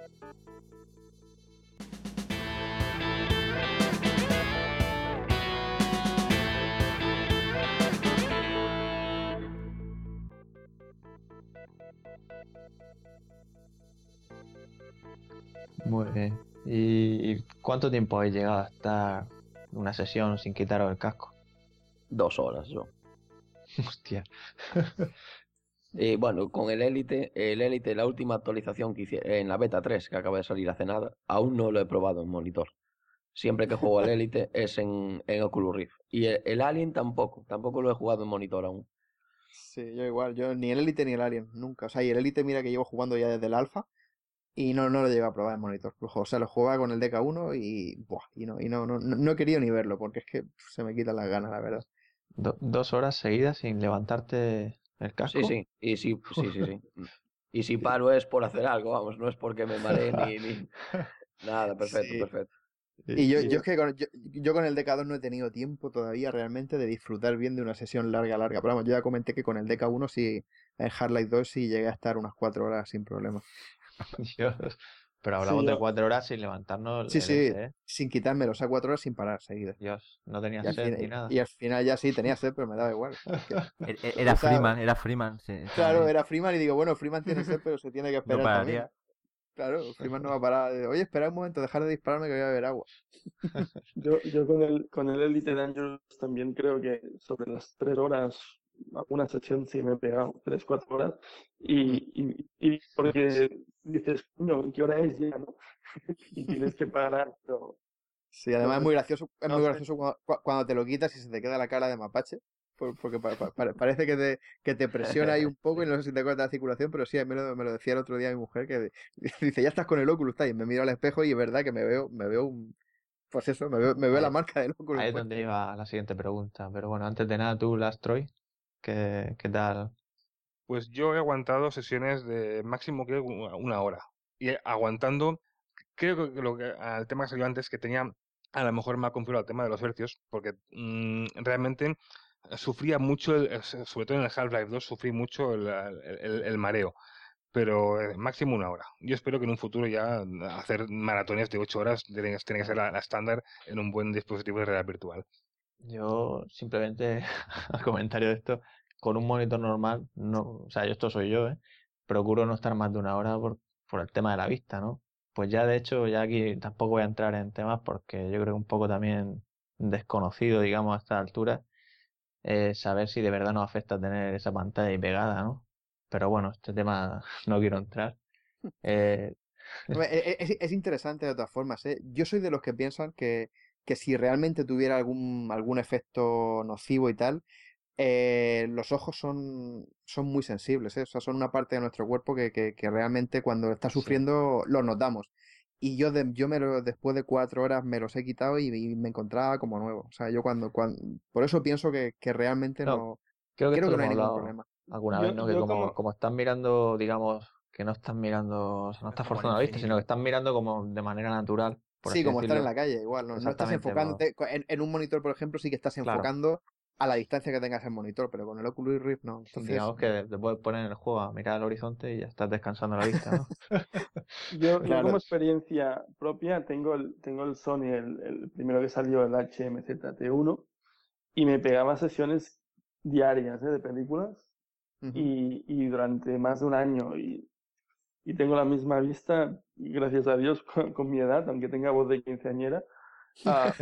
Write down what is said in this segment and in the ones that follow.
Muy bien. ¿Y cuánto tiempo habéis llegado a estar una sesión sin quitaros el casco? 2 horas yo. Hostia. Y bueno, con el Elite, la última actualización que hice en la beta 3, que acaba de salir hace nada, aún no lo he probado en monitor. Siempre que juego al Elite es en Oculus Rift. Y el Alien tampoco lo he jugado en monitor aún. Sí, yo igual, yo ni el Elite ni el Alien, nunca. O sea, y el Elite mira que llevo jugando ya desde el alfa y no lo llegué a probar en monitor. O sea, lo jugaba con el DK1 y, buah, no he querido ni verlo porque es que se me quitan las ganas, la verdad. 2 horas seguidas sin levantarte el Sí, casco. sí, y sí. Y si paro es por hacer algo, vamos, no es porque me mareé ni nada, perfecto, Sí. perfecto. Y yo, Y- yo es que yo con el DK2 no he tenido tiempo todavía realmente de disfrutar bien de una sesión larga. Pero vamos, yo ya comenté que con el DK1 sí, en Half-Life 2 sí llegué a estar unas 4 horas sin problema. Dios. Pero Sí, hablamos de yo, 4 horas sin levantarnos Sí, el sí, ese, ¿eh? sin quitármelo, o sea, 4 horas sin parar seguidas. Dios, no tenía Y al sed fin, ni nada. y al final ya sí tenía sed, pero me daba igual. Es que, Era estaba, Freeman, sí, estaba claro, ahí. era Freeman y digo, bueno, Freeman tiene sed, pero se tiene que No esperar también. pararía. Claro, Freeman no va a parar. Oye, espera un momento, dejar de dispararme que voy a beber agua. yo con el Elite Dangerous también creo que sobre las 3 horas, alguna sesión sí me he pegado, 3, 4 horas, Mm. y porque dices, no, ¿qué hora es ya, no? Y tienes que parar, Sí, además pero es no muy sé. gracioso cuando te lo quitas y se te queda la cara de mapache. Porque parece que te presiona ahí un poco y no sé si te corta la circulación, pero sí, a mí me lo decía el otro día mi mujer que dice, ya estás con el Oculus, está, y me miro al espejo y es verdad que me veo pues eso, me veo la Ahí, marca del Oculus ahí es puesta. donde iba la siguiente pregunta. Pero bueno, antes de nada, tú, Lastroy, ¿qué tal? Pues yo he aguantado sesiones de máximo que una hora. Y aguantando, creo que al tema que salió antes, que tenía a lo mejor mal configurado el tema de los hercios, porque realmente sufría mucho, sobre todo en el Half-Life 2, sufrí mucho el mareo. Pero máximo una hora. Yo espero que en un futuro ya hacer maratones de 8 horas tiene que ser la estándar en un buen dispositivo de realidad virtual. Yo simplemente, a comentario de esto, con un monitor normal, no, o sea, esto soy yo, ¿eh? Procuro no estar más de una hora por el tema de la vista, ¿no? Pues ya de hecho, ya aquí tampoco voy a entrar en temas porque yo creo que un poco también desconocido, digamos, a esta altura, saber si de verdad nos afecta tener esa pantalla ahí pegada, ¿no? Pero bueno, este tema no quiero entrar. Eh, Hombre, es interesante de todas formas, ¿eh? Yo soy de los que piensan que si realmente tuviera algún efecto nocivo y tal, los ojos son muy sensibles, ¿eh? O sea, son una parte de nuestro cuerpo que realmente cuando está sí. sufriendo los notamos. Y después de 4 horas me los he quitado y me encontraba como nuevo. O sea, yo por eso pienso que realmente No, no, creo que creo esto que lo no hay hemos ningún hablado problema. alguna vez, Yo, ¿no? Que yo como, como están mirando, digamos, que no están mirando, o sea, no Es está como al forzando la vista, sino que infinito. están mirando como de manera natural, por Sí, así como estar en decirlo. la calle, igual, no estás Exactamente, pues, enfocándote. En un monitor, por ejemplo, sí que estás claro. enfocando a la distancia que tengas el monitor, pero con el Oculus Rift no. Entonces, Digamos que te puedes poner en el juego a mirar al horizonte y ya estás descansando la vista, ¿no? yo como claro. experiencia propia tengo el Sony, el primero que salió, el HMZ-T1, y me pegaba sesiones diarias, de películas Ujú. y durante más de un año y tengo la misma vista, gracias a Dios, con mi edad, aunque tenga voz de quinceañera, ah,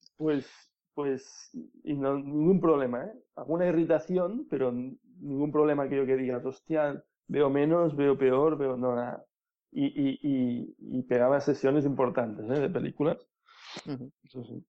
pues, y no, ningún problema, ¿eh? Alguna irritación, pero ningún problema que yo que digas, hostia, veo menos, veo peor, veo no nada. Y pegaba sesiones importantes, de películas. Ujú. Eso sí.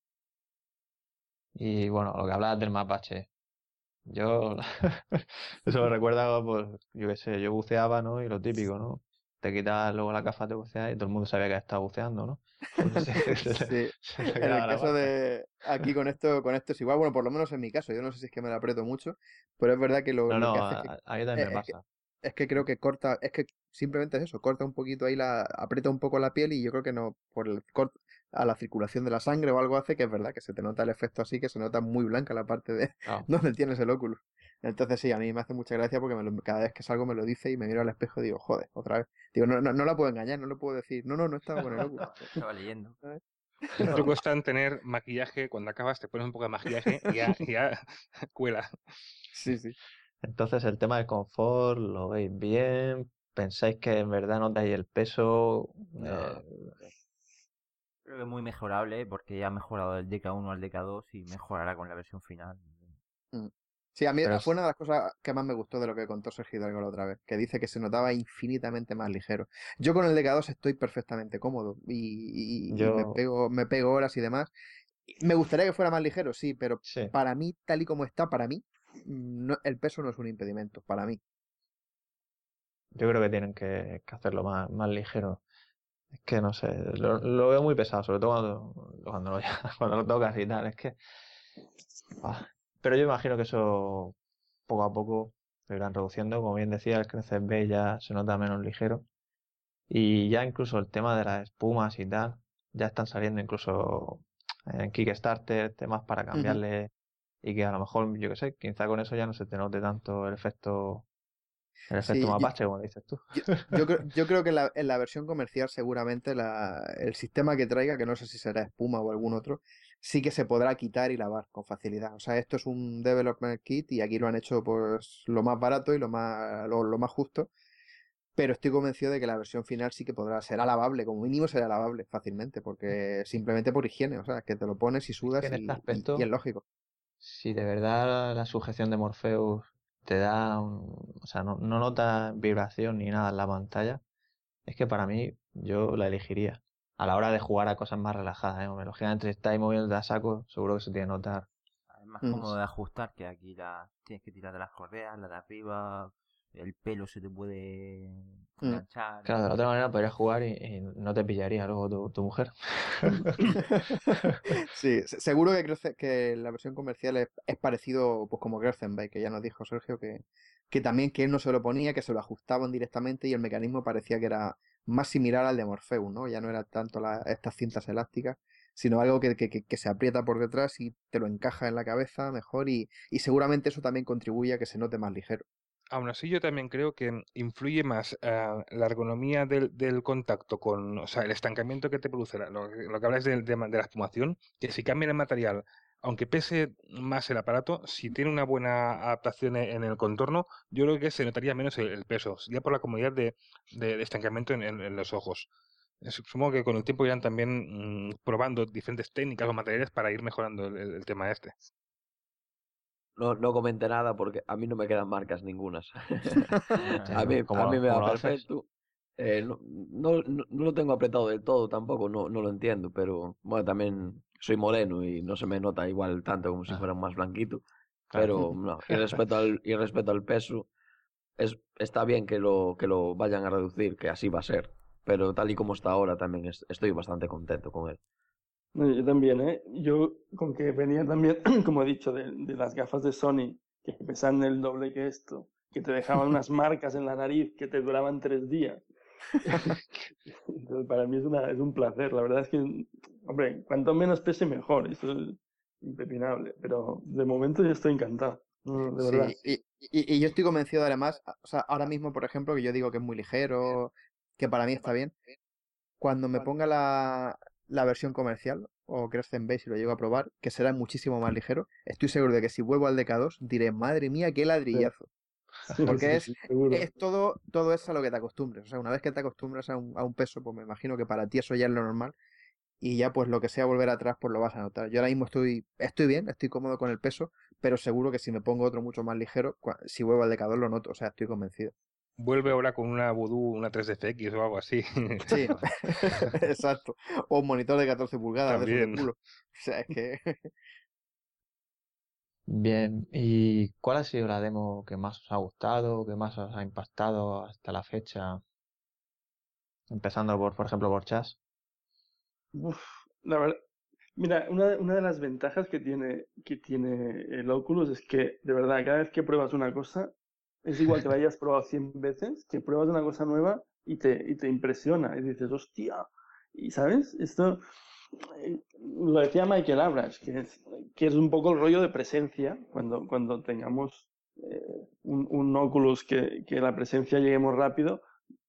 Y bueno, lo que hablabas del mapache. Yo, eso me recuerda, pues, yo qué sé, yo buceaba, ¿no? Y lo típico, ¿no? Te quitas luego la gafas de bucear y todo el mundo sabía que estaba buceando, ¿no? Porque Sí, se le en el quedaba la caso marca. de aquí con esto es igual, bueno, por lo menos en mi caso, yo no sé si es que me la aprieto mucho, pero es verdad que lo, No, lo que no, hace es que, a mí también me es que, pasa. es que creo que corta, es que simplemente es eso, corta un poquito ahí aprieta un poco la piel y yo creo que no, a la circulación de la sangre o algo hace que es verdad que se te nota el efecto así, que se nota muy blanca la parte de Claro. donde tienes el óculo. Entonces sí, a mí me hace mucha gracia porque cada vez que salgo me lo dice y me miro al espejo y digo, joder, otra vez. Digo, no la puedo engañar, no le puedo decir, no estaba con el óculos. Estaba leyendo. ¿Sabes? El truco está en tener maquillaje, cuando acabas te pones un poco de maquillaje y ya cuela. Sí, sí. Entonces, el tema del confort, ¿lo veis bien? ¿Pensáis que en verdad notáis el peso? No, creo que es muy mejorable porque ya ha mejorado del DK1 al DK2 y mejorará con la versión final. Mm. Sí, a mí Pero fue una de las cosas que más me gustó de lo que contó Sergio Hidalgo la otra vez, que dice que se notaba infinitamente más ligero. Yo con el DK2 estoy perfectamente cómodo y yo, me pego horas y demás. Me gustaría que fuera más ligero, sí, pero sí, para mí, tal y como está, para mí, el peso no es un impedimento, para mí. yo creo que tienen que hacerlo más ligero. Es que no sé, lo veo muy pesado, sobre todo cuando cuando lo tocas y tal. Es que. ah. Pero yo imagino que eso poco a poco lo irán reduciendo. Como bien decía, el Crescent B ya se nota menos ligero. Y ya incluso el tema de las espumas y tal, ya están saliendo incluso en Kickstarter temas para Ujú. cambiarle y que a lo mejor, yo qué sé, quizá con eso ya no se te note tanto el efecto Sí, mapache, como dices tú. yo creo que en la versión comercial seguramente el sistema que traiga, que no sé si será espuma o algún otro, sí que se podrá quitar y lavar con facilidad. O sea, esto es un development kit y aquí lo han hecho pues lo más barato y lo más justo, pero estoy convencido de que la versión final sí que podrá ser lavable, como mínimo será lavable fácilmente, porque simplemente por higiene, o sea, que te lo pones y Es que sudas en este y es aspecto, lógico. si de verdad la sujeción de Morpheus te da, o sea, no notas vibración ni nada en la pantalla, es que para mí yo la elegiría. A la hora de jugar a cosas más relajadas, ¿eh? Lógicamente, si estáis moviendo a saco, seguro que se tiene que notar. Es más Ujú. cómodo de ajustar que aquí tienes que tirar de las correas, la de arriba, el pelo se te puede Mm. enganchar. Claro, de la otra manera podrías jugar y no te pillaría luego tu mujer. Sí, seguro que, que la versión comercial es parecido pues como Gerstenberg, que ya nos dijo Sergio que también que él no se lo ponía, que se lo ajustaban directamente y el mecanismo parecía que era más similar al de Morpheus, ¿no? Ya no era tanto estas cintas elásticas, sino algo que se aprieta por detrás y te lo encaja en la cabeza mejor y seguramente eso también contribuye a que se note más ligero. Aún así, yo también creo que influye más la ergonomía del contacto con, o sea, el estancamiento que te produce, lo que hablas de la espumación, que si cambian el material, aunque pese más el aparato, si tiene una buena adaptación en el contorno, yo creo que se notaría menos el peso, sería por la comodidad de estancamiento en los ojos. Supongo que con el tiempo irán también probando diferentes técnicas o materiales para ir mejorando el tema este. No comenté nada porque a mí no me quedan marcas ningunas. Sí, A mí me ¿cómo va lo haces? perfecto. No lo tengo apretado del todo tampoco, no lo entiendo, pero bueno, también soy moreno y no se me nota igual tanto como si Ah, fuera más blanquito. claro. Pero no, y respecto al peso, está bien que lo vayan a reducir, que así va a ser. Pero tal y como está ahora también estoy bastante contento con él. No, yo también, ¿eh? Yo, con que venía también, como he dicho, de las gafas de Sony, que pesan el doble que esto, que te dejaban unas marcas en la nariz que te duraban 3 días. Entonces, para mí es un placer. La verdad es que, hombre, cuanto menos pese, mejor. Eso es impepinable. Pero de momento yo estoy encantado. No, de verdad. Sí, y yo estoy convencido además, o sea, ahora mismo, por ejemplo, que yo digo que es muy ligero, que para mí está bien, cuando me ponga la versión comercial o Crescent Base y lo llego a probar, que será muchísimo más ligero, estoy seguro de que si vuelvo al DK2 diré, madre mía, qué Sí, ladrillazo. Porque sí, seguro. es todo es a lo que te acostumbres. O sea, una vez que te acostumbras a un peso, pues me imagino que para ti eso ya es lo normal. Y ya pues lo que sea volver atrás, pues lo vas a notar. Yo ahora mismo estoy bien, estoy cómodo con el peso, pero seguro que si me pongo otro mucho más ligero, si vuelvo al DK2 lo noto. O sea, estoy convencido. Vuelve ahora con una Voodoo, una 3DFX o algo así. Sí, exacto. O un monitor de 14 pulgadas de esos de También. culo. O sea, es que Bien, ¿y cuál ha sido la demo que más os ha gustado, que más os ha impactado hasta la fecha? Empezando por ejemplo, por Chas. Uf, la verdad. Mira, una de las ventajas que tiene el Oculus es que, de verdad, cada vez que pruebas una cosa, es igual que la hayas probado 100 veces, que pruebas una cosa nueva y te impresiona. Y dices, hostia. Y, ¿sabes? Esto lo decía Michael Abrash, que es un poco el rollo de presencia cuando tengamos un Oculus que la presencia llegue muy rápido,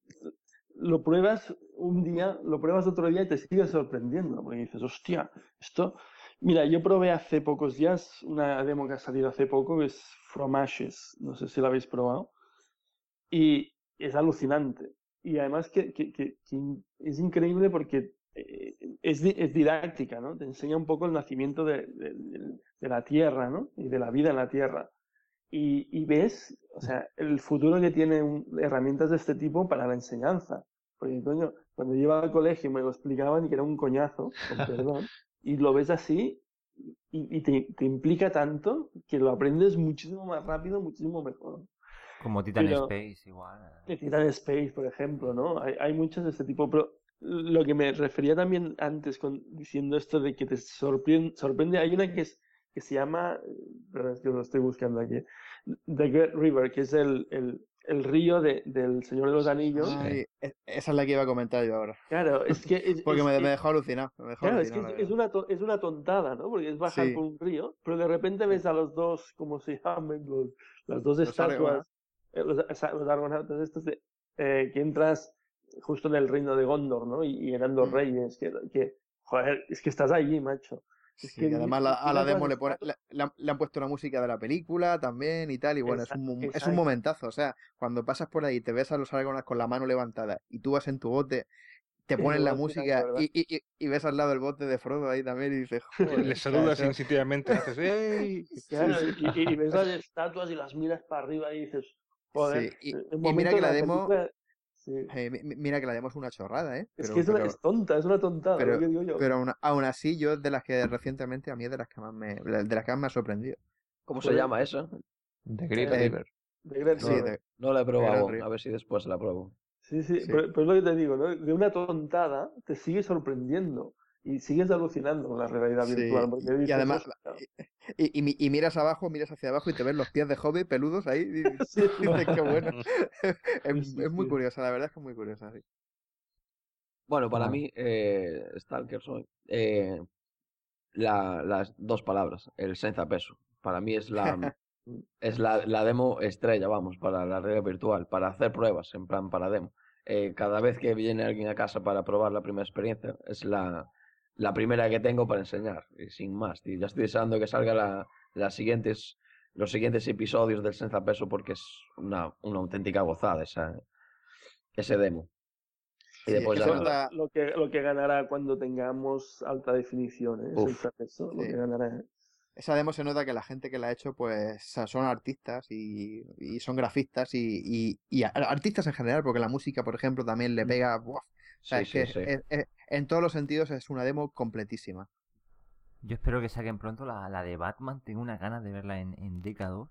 lo pruebas un día, lo pruebas otro día y te sigues sorprendiendo, porque dices, hostia, esto... Mira, yo probé hace pocos días una demo que ha salido hace poco, que es From Ashes, no sé si la habéis probado, y es alucinante. Y además que es increíble porque es didáctica, ¿no? Te enseña un poco el nacimiento de la Tierra, ¿no? Y de la vida en la Tierra. Y ves, o sea, el futuro que tienen herramientas de este tipo para la enseñanza. Porque, coño, cuando yo iba al colegio me lo explicaban y que era un coñazo, con perdón, y lo ves así y te implica tanto que lo aprendes muchísimo más rápido, muchísimo mejor. Como Titan Pero Space, igual. de Titan Space, por ejemplo, ¿no? Hay muchos de este tipo, pero lo que me refería también antes diciendo esto de que te sorprende, hay una que se llama, pero es que lo estoy buscando aquí, The Great River, que es el río del Señor de los Anillos. Ay, esa es la que iba a comentar yo ahora. Claro, es que Porque me dejó alucinado. claro, es que es una tontada, ¿no? Porque es bajar Sí, por un río, pero de repente ves a los dos, ¿cómo se llaman? Las dos los estatuas, Argonautas. los argonautas estos que entras justo en el reino de Gondor, ¿no? Y eran dos reyes, joder, es que estás allí, macho. Es Sí, que y además a la miras demo las le estatuas. le han puesto la música de la película también y tal, y bueno, es es un Exacto. momentazo, o sea, cuando pasas por ahí y te ves a los Argonas con la mano levantada y tú vas en tu bote, te Y ponen la luego tirando, música ¿verdad? y ves al lado el bote de Frodo ahí también y dices, joder, Le o sea, saludas eso, instintivamente, haces ¡ey! Claro, sí, sí, y ves las estatuas y las miras para arriba y dices, joder, sí, un y mira momento que en la la demo, película, sí. mira que la demo es una chorrada, Es que es tonta, es una tontada, lo pero, que digo yo. pero aún así yo de las que recientemente a mí es de las que más de las que más me ha sorprendido. ¿Cómo se Joder, llama eso? The Great eh, Eh, River. de Great sí, No, River. no la he de probado Gran aún, Río, a ver si después la pruebo. Sí, sí, sí. pero es lo que te digo, ¿no? De una tontada te sigues sorprendiendo y sigues alucinando con la realidad virtual, Sí, porque y dices, además, hostia, y miras abajo, miras hacia abajo y te ves los pies de Hobbit peludos ahí y sí, dices, qué bueno. sí, sí, Es muy sí. curiosa, la verdad es que es muy curiosa, sí. Bueno, para Bueno, mí, Stalker soy las dos palabras, el senza peso. Para mí es la demo estrella, vamos, para la realidad virtual, para hacer pruebas, en plan para demo. Cada vez que viene alguien a casa para probar la primera experiencia, es la primera que tengo para enseñar, y sin más. Y ya estoy deseando que salga los siguientes episodios del Senza Peso porque es una auténtica gozada ese demo. Y Sí, es después que se Eso ya, nota, lo que ganará cuando tengamos alta definición, ¿eh? Es el uff, eso, lo que sí. ganará, ¿eh? Esa demo se nota que la gente que la ha hecho, pues, son artistas y son grafistas y artistas en general, porque la música, por ejemplo, también le pega, ¡buah! O sea, sí, es que sí, sí. en todos los sentidos es una demo completísima. Yo espero que saquen pronto la de Batman. Tengo unas ganas de verla en DK2.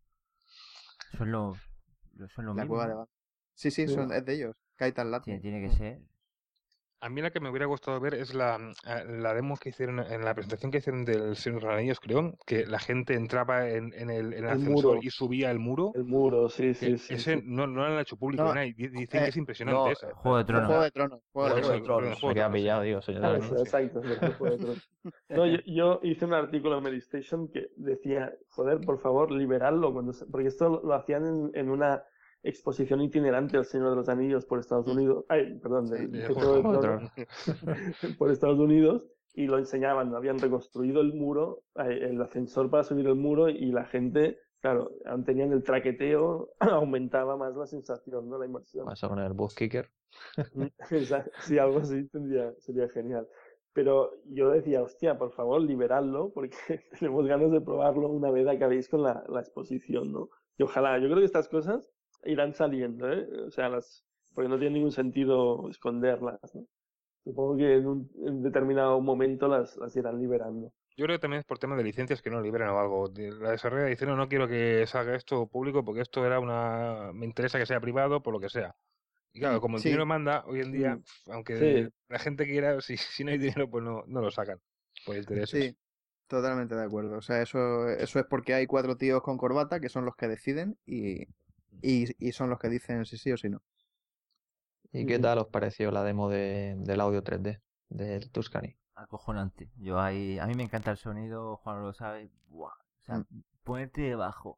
Son lo La mismo, cueva de ¿no? Bat. Sí, sí, Sí. es de ellos. Kaitan Latne. Tiene que ser. A mí la que me hubiera gustado ver es la demo que hicieron en la presentación que hicieron del Señor de los Anillos, creo, que la gente entraba en el El ascensor muro, y subía el muro, sí, que sí, sí, ese sí. no lo han hecho público ni No, nada, y dicen que eh, es impresionante No, esa. Juego de Tronos. Juego de Tronos. Juego de Juego Eso, de Tronos. perdón, Tronos. Juego me de queda Tronos, sí. pillado, digo, señor de Ah, los eso, Anillos. exacto, es verdad, Juego de Tronos. No, yo hice un artículo en Medistation que decía, joder, por favor, liberadlo, porque esto lo hacían en una exposición itinerante del Señor de los Anillos por Estados Mm, Unidos, ay, perdón, sí. de Juego de Juego de Juego de Tronos. Tronos, Tronos. por Estados Unidos, y lo enseñaban, habían reconstruido el muro, el ascensor para subir el muro, y la gente, claro, aún tenían el traqueteo, aumentaba más la sensación, ¿no? La inmersión. Pasa con el Buzz Kicker. Sí, algo así sería genial. Pero yo decía, hostia, por favor, liberadlo, porque tenemos ganas de probarlo una vez acabéis con la exposición, ¿no? Y ojalá, yo creo que estas cosas irán saliendo, ¿eh? O sea, porque no tiene ningún sentido esconderlas, ¿no? Supongo que en determinado momento las irán liberando. Yo creo que también es por tema de licencias que no liberan o algo. La desarrolladora dice, no quiero que salga esto público porque esto me interesa que sea privado por lo que sea. Y claro, como el dinero Sí, manda, hoy en día, Mm. aunque Sí, la gente quiera, si no hay dinero, pues no lo sacan por intereses. sí, totalmente de acuerdo. O sea, eso es porque hay cuatro tíos con corbata que son los que deciden y son los que dicen si sí o si no. ¿Y qué ujú. tal os pareció la demo del audio 3D del Tuscany? Acojonante. A mí me encanta el sonido, Juan lo sabe. Buah. O sea, Mm, ponerte debajo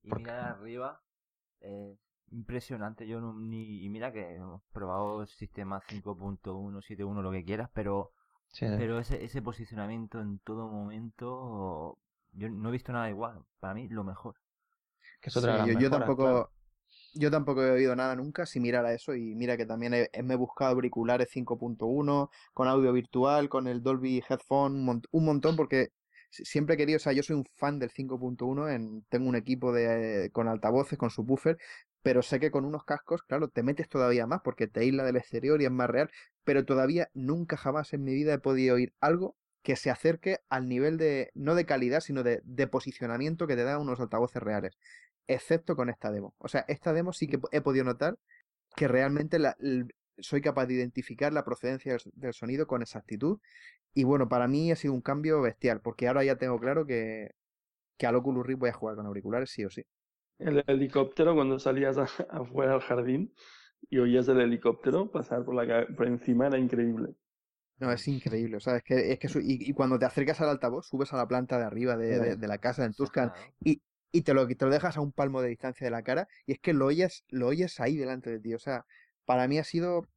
Y Porque, mirar arriba, impresionante. Yo no, ni, y mira que hemos probado el sistema 5.1, 7.1, lo que quieras, sí, pero ese posicionamiento en todo momento, yo no he visto nada igual. Para mí, lo mejor. que es otra de Sí, las yo mejoras, claro. tampoco he oído nada nunca si mirar a eso y mira que también me he buscado auriculares 5.1 con audio virtual, con el Dolby Headphone, un montón porque siempre he querido, o sea, yo soy un fan del 5.1, tengo un equipo con altavoces, con subwoofer, pero sé que con unos cascos, claro, te metes todavía más porque te aísla del exterior y es más real, pero todavía nunca jamás en mi vida he podido oír algo que se acerque al nivel de, no de calidad, sino de posicionamiento que te dan unos altavoces reales excepto con esta demo. O sea, esta demo sí que he podido notar que realmente soy capaz de identificar la procedencia del sonido con exactitud. Y bueno, para mí ha sido un cambio bestial, porque ahora ya tengo claro que al Oculus Rift voy a jugar con auriculares sí o sí. El helicóptero, cuando salías afuera al jardín y oías el helicóptero pasar por encima, era increíble. No, es increíble. O sea, y cuando te acercas al altavoz, subes a la planta de arriba de la casa en Tuscan Exagerado. y te lo dejas a un palmo de distancia de la cara y es que lo oyes ahí delante de ti. O sea, para mí ha sido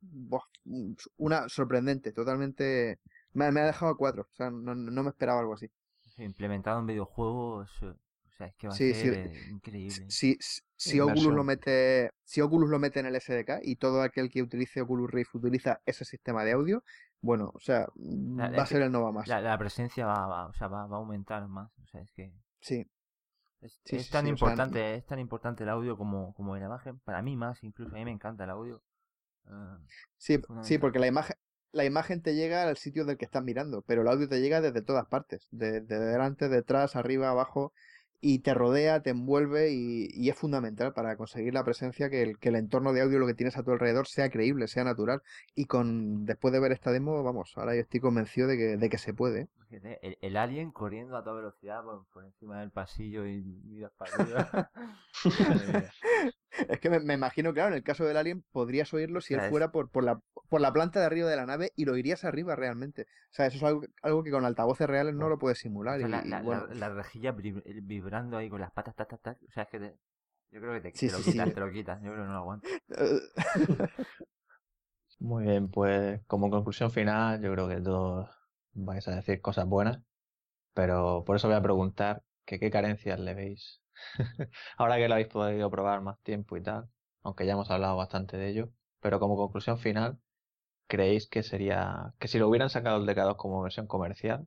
una sorprendente, totalmente. Me ha dejado a cuatro. O sea, no me esperaba algo así. Sí, implementado en videojuegos, o sea, es que va a Sí, ser sí. increíble. Si Oculus lo Inmersión. mete, si Oculus lo mete en el SDK y todo aquel que utilice Oculus Rift utiliza ese sistema de audio, bueno, o sea, va a Es que ser el Nova más. la presencia o sea, va a aumentar más. O sea, es que Sí, sí, es sí, tan sí. O sea, importante, es tan importante el audio como la imagen. Para mí más, incluso a mí me encanta el audio. ah, sí, es sí, fundamental. porque la imagen te llega al sitio del que estás mirando, pero el audio te llega desde todas partes, de delante, detrás, arriba, abajo, y te rodea, te envuelve y es fundamental para conseguir la presencia que el entorno de audio, lo que tienes a tu alrededor, sea creíble, sea natural. Y después de ver esta demo, vamos, ahora yo estoy convencido de que se puede. ¿Eh? Fíjate, el alien corriendo a toda velocidad por encima del pasillo y miras para arriba. Madre mía. Es que me imagino, claro, en el caso del Alien podrías oírlo O si él sea, es fuera por la planta de arriba de la nave y lo irías arriba realmente. O sea, eso es algo que con altavoces reales no Buah. lo puedes o simular sea, y bueno, la rejilla vibrando ahí con las patas, o sea, es que yo creo que sí, te lo sí, quitas, sí. te lo quitas. Yo creo que no lo aguanto. Muy bien, pues como conclusión final, yo creo que todos vais a decir cosas buenas, pero por eso voy a preguntar que qué carencias le veis. Ahora que lo habéis podido probar más tiempo y tal, aunque ya hemos hablado bastante de ello, pero como conclusión final, ¿creéis que si lo hubieran sacado el DK2 como versión comercial,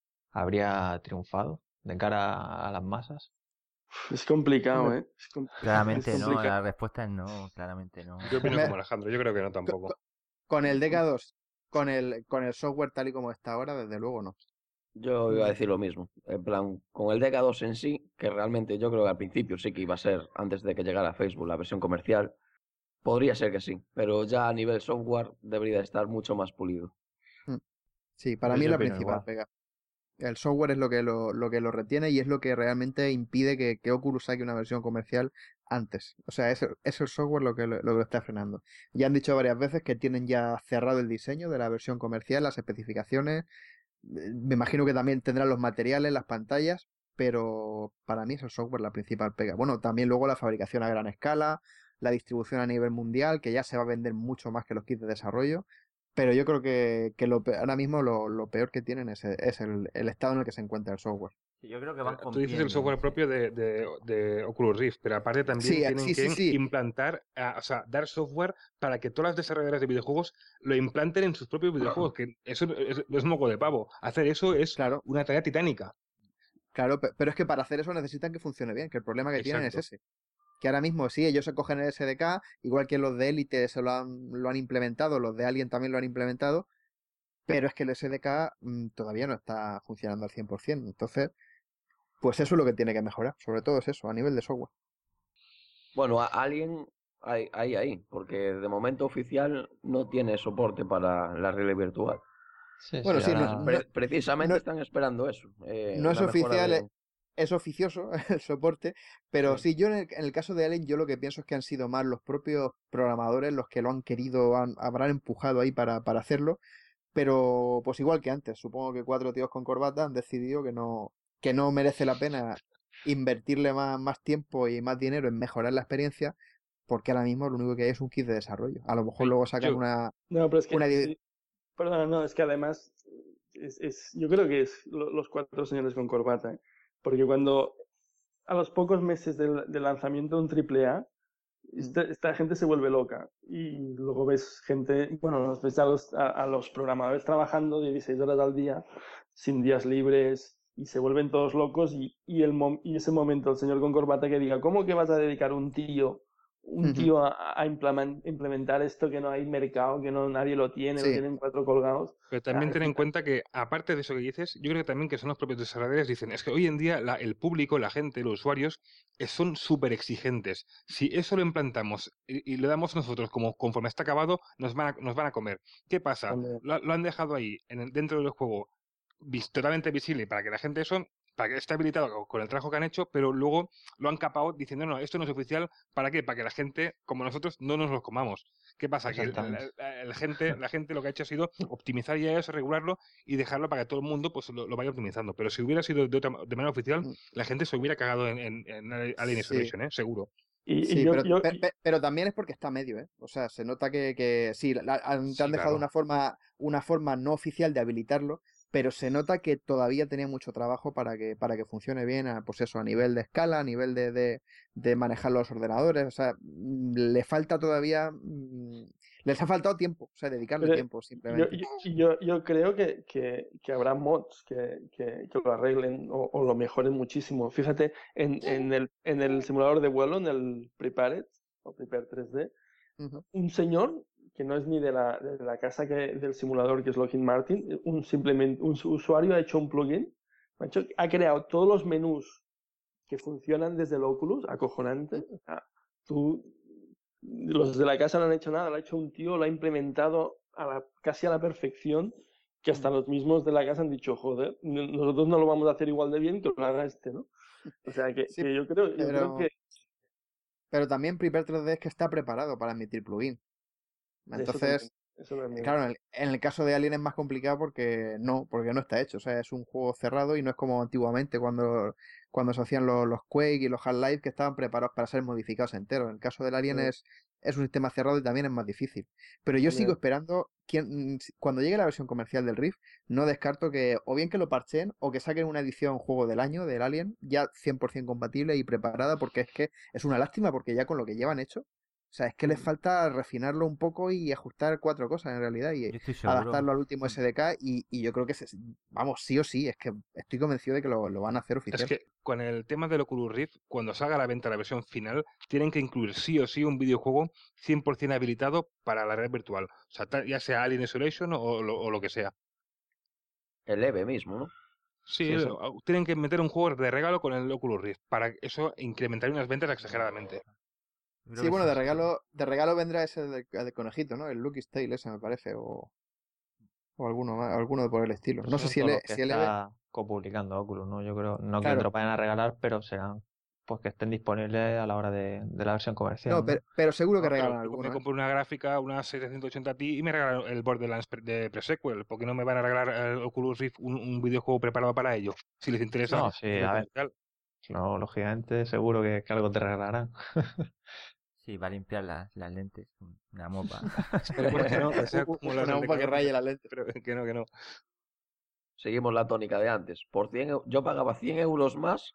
habría triunfado de cara a las masas? Es complicado, Hombre, ¿eh? Es Claramente no, complicado. la respuesta es no, claramente no. Yo opino como me- Alejandro, yo creo que no co- co- tampoco. con el DK2, con el software tal y como está ahora, desde luego no. Yo iba a decir lo mismo. En plan, con el DK2 en sí, que realmente yo creo que al principio sí que iba a ser, antes de que llegara a Facebook, la versión comercial, podría ser que sí, pero ya a nivel software debería estar mucho más pulido. Mm. Sí, para Pues mí es yo la opino principal igual. pega. El software es lo que lo retiene y es lo que realmente impide que Oculus saque una versión comercial antes. O sea, es el software lo que lo está frenando. Ya han dicho varias veces que tienen ya cerrado el diseño de la versión comercial, las especificaciones. Me imagino que también tendrán los materiales, las pantallas, pero para mí es el software la principal pega. Bueno, también luego la fabricación a gran escala, la distribución a nivel mundial, que ya se va a vender mucho más que los kits de desarrollo. Pero yo creo que ahora mismo lo peor que tienen es el estado en el que se encuentra el software. Yo creo que van Tú dices el compitiendo en software ese. propio de Oculus Rift, pero aparte también Sí, tienen sí, sí, que sí, implantar, o sea, dar software para que todas las desarrolladoras de videojuegos lo implanten en sus propios videojuegos, que eso es moco de pavo. Hacer eso es claro, una tarea titánica. claro, pero es que para hacer eso necesitan que funcione bien, que el problema que tienen es Exacto. ese. Que ahora mismo sí, ellos se cogen el SDK, igual que los de Elite lo han implementado, los de Alien también lo han implementado, pero es que el SDK todavía no está funcionando al 100%. Entonces, pues eso es lo que tiene que mejorar, sobre todo es eso, a nivel de software. Bueno, Alien ahí, porque de momento oficial no tiene soporte para la realidad virtual. Sí, Bueno, sí, sí, no, ahora no, Precisamente no, están esperando eso, no es una mejora oficial, de... es oficioso el soporte, pero Sí. sí, yo en el caso de Alien, yo lo que pienso es que han sido más los propios programadores los que lo han querido, habrán empujado ahí para hacerlo, pero pues igual que antes, supongo que cuatro tíos con corbata han decidido que no merece la pena invertirle más tiempo y más dinero en mejorar la experiencia, porque ahora mismo lo único que hay es un kit de desarrollo. A lo mejor luego sacan Yo, No, pero es que, una edi- sí, perdona, no, es que además, yo creo que es los cuatro señores con corbata, ¿eh? Porque cuando, a los pocos meses del lanzamiento de un triple A, esta gente se vuelve loca. Y luego ves gente, bueno, ves a los programadores trabajando 16 horas al día, sin días libres, y se vuelven todos locos. Y ese momento, el señor con corbata que diga, ¿cómo que vas a dedicar un Ujú. tío a implementar esto que no hay mercado, que no nadie lo Sí, tienen cuatro colgados? Pero Ah, también es ten en una- cuenta que, aparte de eso que dices, yo creo que también que son los propios desarrolladores dicen, es que hoy en día el público, la gente, los usuarios, son súper exigentes. Si eso lo implantamos y lo damos nosotros como conforme está acabado, nos van a comer. ¿Qué pasa? También. Lo han dejado ahí, dentro del juego, totalmente visible para que la gente eso, para que esté habilitado con el trabajo que han hecho, pero luego lo han capado diciendo, no, esto no es oficial, ¿para qué? Para que la gente, como nosotros, no nos lo comamos. ¿Qué pasa? Que Exactamente. la gente lo que ha hecho ha sido optimizar ya eso, regularlo y dejarlo para que todo el mundo pues lo vaya optimizando. Pero si hubiera sido de manera oficial, mm, la gente se hubiera cagado en Alien sí. Isolation, ¿eh? Seguro. Y Sí, yo, pero, yo, pero también es porque está a medio, ¿eh? O sea, se nota que sí, te han Sí, dejado claro. una forma no oficial de habilitarlo, pero se nota que todavía tenía mucho trabajo para que funcione bien, pues eso, a nivel de escala, a nivel de manejar los ordenadores, o sea, le falta todavía, les ha faltado tiempo, o sea, dedicarle Pero tiempo, simplemente. yo creo que habrá mods que lo arreglen o lo mejoren muchísimo. Fíjate, en el simulador de vuelo, en el Prepared o Prepare 3D, Ujú. un señor que no es ni de la casa del simulador, que es Lockheed Martin, simplemente un usuario ha hecho un plugin, macho, ha creado todos los menús que funcionan desde el Oculus, acojonante. O sea, tú, los de la casa no han hecho nada, lo ha hecho un tío, lo ha implementado casi a la perfección, que hasta Mm. los mismos de la casa han dicho, joder, nosotros no lo vamos a hacer igual de bien que lo haga este, ¿no? O sea, Sí, yo creo que pero también Prepare 3D es que está preparado para emitir plugin. Entonces, eso también. claro, en el caso de Alien es más complicado porque no está hecho. O sea, es un juego cerrado y no es como antiguamente cuando se hacían los Quake y los Half-Life que estaban preparados para ser modificados enteros. En el caso del Alien Mm, es un sistema cerrado y también es más difícil. Pero yo sigo también. esperando, cuando llegue la versión comercial del Rift, no descarto que o bien que lo parchen o que saquen una edición juego del año del Alien ya 100% compatible y preparada porque es que es una lástima porque ya con lo que llevan hecho. O sea, es que les Mm. falta refinarlo un poco y ajustar cuatro cosas en realidad y Yo estoy seguro. adaptarlo al último Mm. SDK y yo creo que, vamos, sí o sí, es que estoy convencido de que lo van a hacer Es oficial. que con el tema del Oculus Rift, cuando salga a la venta la versión final, tienen que incluir sí o sí un videojuego 100% habilitado para la red virtual. O sea, ya sea Alien Isolation o lo que sea. El EVE mismo, ¿no? Sí, Sí, sí. tienen que meter un juego de regalo con el Oculus Rift para eso incrementar unas ventas exageradamente. Yo creo Sí, que bueno, sí, sí. de regalo vendrá ese de conejito, ¿no? El Lucky's Tale ese me parece, o alguno más, alguno por el estilo. Pero No esos sé son si todos los que si el EVE, está copublicando Oculus, ¿no? Yo creo, no que te claro, lo vayan a regalar, pero serán pues que estén disponibles a la hora de la versión no, comercial, pero, ¿no? pero seguro que No, pero regalan yo me alguno, ¿eh? compro una gráfica, una 780 Ti y me regalan el Borderlands de pre-sequel. ¿Por qué no me van a regalar el Oculus Rift un videojuego preparado para ello? Si les interesa No, Claro. sí, a nivel a ver, comercial. no, lógicamente seguro que algo te regalarán. Sí, va a limpiar las lentes. Una mopa. Esperemos que no, que sea como las Una del bomba que Decadón, raye la lente. pero que no, que no. Seguimos la tónica de antes. Por 100, yo pagaba 100 euros más.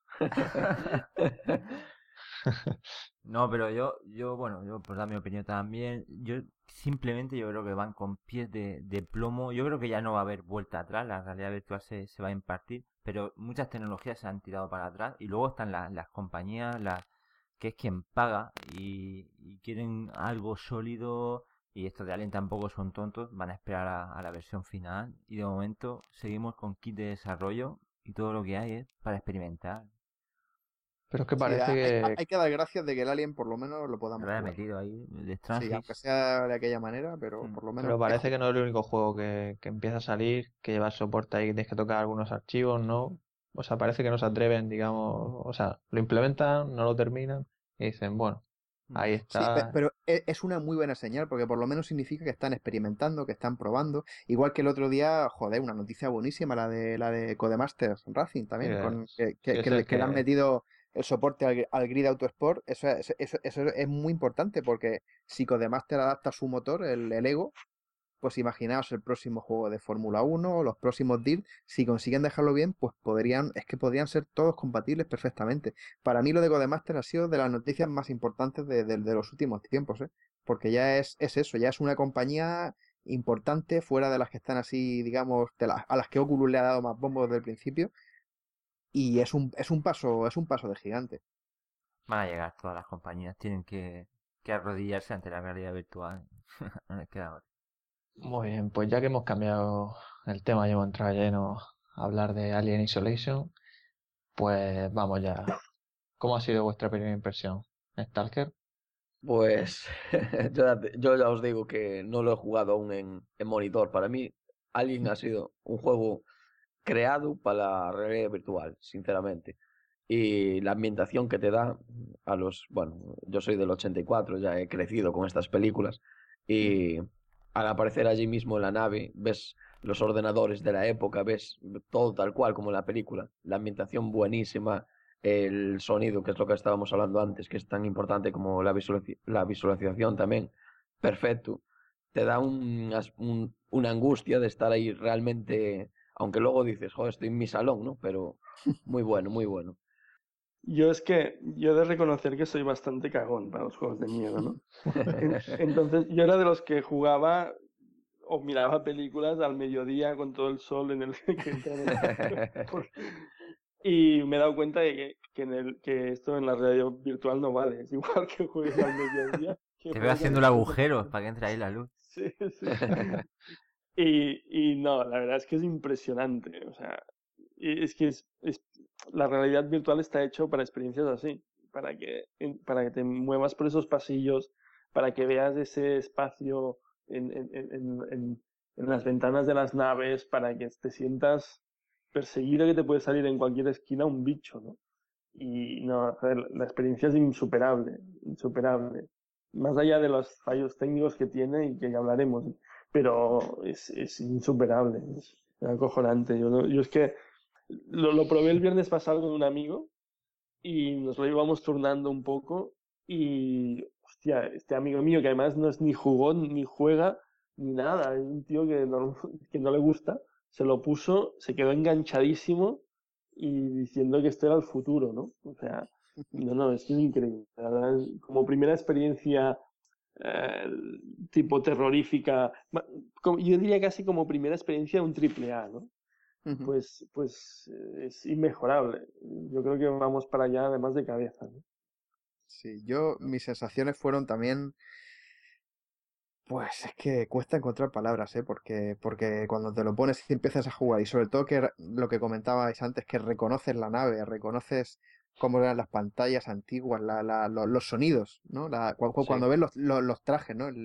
No, pero bueno, yo por dar mi opinión también, yo creo que van con pies de plomo. Yo creo que ya no va a haber vuelta atrás, la realidad virtual se va a impartir, pero muchas tecnologías se han tirado para atrás y luego están las compañías, que es quien paga y quieren algo sólido y estos de Alien tampoco son tontos, van a esperar a la versión final y de momento seguimos con kit de desarrollo y todo lo que hay es para experimentar. Pero es que Sí, parece que, hay que dar gracias de que el Alien por lo menos lo Me podamos lo haya jugar. metido ahí, de Sí, aunque Strangis. sea de aquella manera, pero Mm. por lo menos pero es parece que no es jugable. el único juego que empieza a salir, que lleva soporte ahí, que tienes que tocar algunos archivos, ¿no? O sea, parece que no se atreven, digamos, o sea, lo implementan, no lo terminan y dicen, bueno, Mm. ahí Sí, está. pero es una muy buena señal porque por lo menos significa que están experimentando, que están probando. Igual que el otro día, joder, una noticia buenísima, la de Codemasters Racing Sí, también, sí, ese es el que le han que metido el soporte al Grid Auto Sport, eso es muy importante porque si Codemaster adapta su motor, el Ego, pues imaginaos el próximo juego de Fórmula 1 o los próximos Dirt, si consiguen dejarlo bien, pues podrían ser todos compatibles perfectamente. Para mí lo de Codemaster ha sido de las noticias más importantes de los últimos tiempos, ¿eh? Porque ya es eso, ya es una compañía importante fuera de las que están así, digamos, a las que Oculus le ha dado más bombos desde el principio, y es un paso de gigante. Van a llegar todas las compañías, tienen que arrodillarse ante la realidad virtual. No les queda otra. Muy bien, pues ya que hemos cambiado el tema y hemos entrado lleno a hablar de Alien Isolation, pues vamos ya. ¿Cómo ha sido vuestra primera impresión? ¿Stalker? Pues yo ya os digo que no lo he jugado aún en monitor. Para mí, Alien ha sido un juego creado para la realidad virtual, sinceramente. Y la ambientación que te da bueno, yo soy del 84, ya he crecido con estas películas. Y al aparecer allí mismo en la nave, ves los ordenadores de la época, ves todo tal cual como en la película. La ambientación buenísima, el sonido, que es lo que estábamos hablando antes, que es tan importante como la visualización también, perfecto. Te da una angustia de estar ahí realmente, aunque luego dices, joder, estoy en mi salón, ¿no? Pero muy bueno, muy bueno. Yo he de reconocer que soy bastante cagón para los juegos de miedo, ¿no? Entonces, yo era de los que jugaba o miraba películas al mediodía con todo el sol en el que entra en el por- y me he dado cuenta de que esto en la realidad virtual no vale. Es igual que juegues al mediodía. Que Te veo juegues haciendo el agujero para que entre ahí la luz. Sí, sí. Y no, la verdad es que es impresionante. O sea, es que la realidad virtual está hecho para experiencias así, para que te muevas por esos pasillos, para que veas ese espacio en las ventanas de las naves, para que te sientas perseguido, que te puede salir en cualquier esquina un bicho, ¿no? Y no, joder, la experiencia es insuperable, insuperable. Más allá de los fallos técnicos que tiene y que ya hablaremos, pero es insuperable, es acojonante. Yo es que lo probé el viernes pasado con un amigo y nos lo íbamos turnando un poco y, hostia, este amigo mío que además no es ni jugón, ni juega, ni nada, es un tío que no le gusta, se lo puso, se quedó enganchadísimo y diciendo que esto era el futuro, ¿no? O sea, no, es que es increíble. La verdad, como primera experiencia eh, tipo terrorífica, yo diría casi como primera experiencia de un triple A, ¿no? Ujú. Pues es inmejorable. Yo creo que vamos para allá además de cabeza, ¿no? Sí, mis sensaciones fueron también, pues es que cuesta encontrar palabras, ¿eh? Porque cuando te lo pones y empiezas a jugar, y sobre todo lo que comentabais antes, que reconoces la nave, reconoces cómo eran las pantallas antiguas, los sonidos, ¿no? Sí. Cuando ves los trajes, ¿no?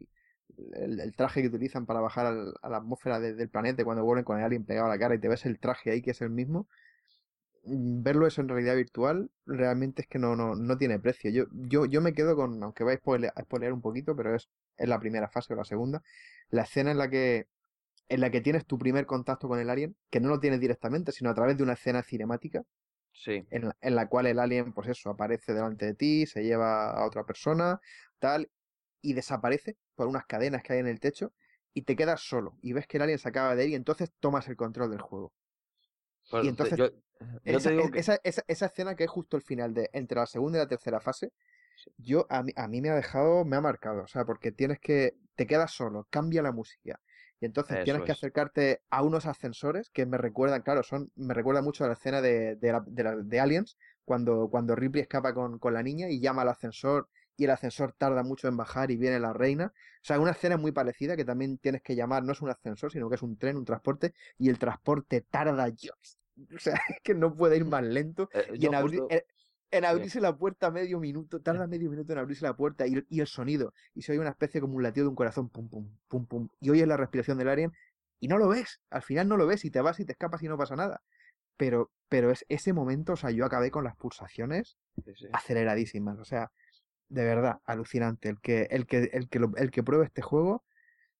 El traje que utilizan para bajar a la atmósfera del planeta, cuando vuelven con el alien pegado a la cara y te ves el traje ahí que es el mismo, verlo eso en realidad virtual realmente es que no tiene precio. Yo me quedo con, aunque vais a spoilear un poquito, pero es la primera fase o la segunda, la escena en la que tienes tu primer contacto con el alien, que no lo tienes directamente, sino a través de una escena cinemática, Sí. en la cual el alien, pues eso, aparece delante de ti, se lleva a otra persona, tal, y desaparece por unas cadenas que hay en el techo, y te quedas solo, y ves que el alien se acaba de ir, y entonces tomas el control del juego. Y Pues entonces yo te digo que esa escena que es justo el final entre la segunda y la tercera fase, sí, a mí me ha marcado, o sea, porque te quedas solo, cambia la música, y entonces tienes eso que es. acercarte a unos ascensores que me recuerdan, claro, me recuerda mucho a la escena de Aliens, cuando Ripley escapa con la niña y llama al ascensor, y el ascensor tarda mucho en bajar y viene la reina. O sea, una escena muy parecida que también tienes que llamar, no es un ascensor, sino que es un tren, un transporte, y el transporte tarda yo. O sea, es que no puede ir más lento. Y Yo justo, en sí. abrirse la puerta medio minuto, tarda medio minuto en abrirse la puerta y el sonido. Y se oye una especie como un latido de un corazón, pum, pum, pum, pum. Y oyes la respiración del alien y no lo ves. Al final no lo ves y te vas y te escapas y no pasa nada. Pero es ese momento, o sea, yo acabé con las pulsaciones Sí, sí. aceleradísimas. O sea, de verdad, alucinante. El que pruebe este juego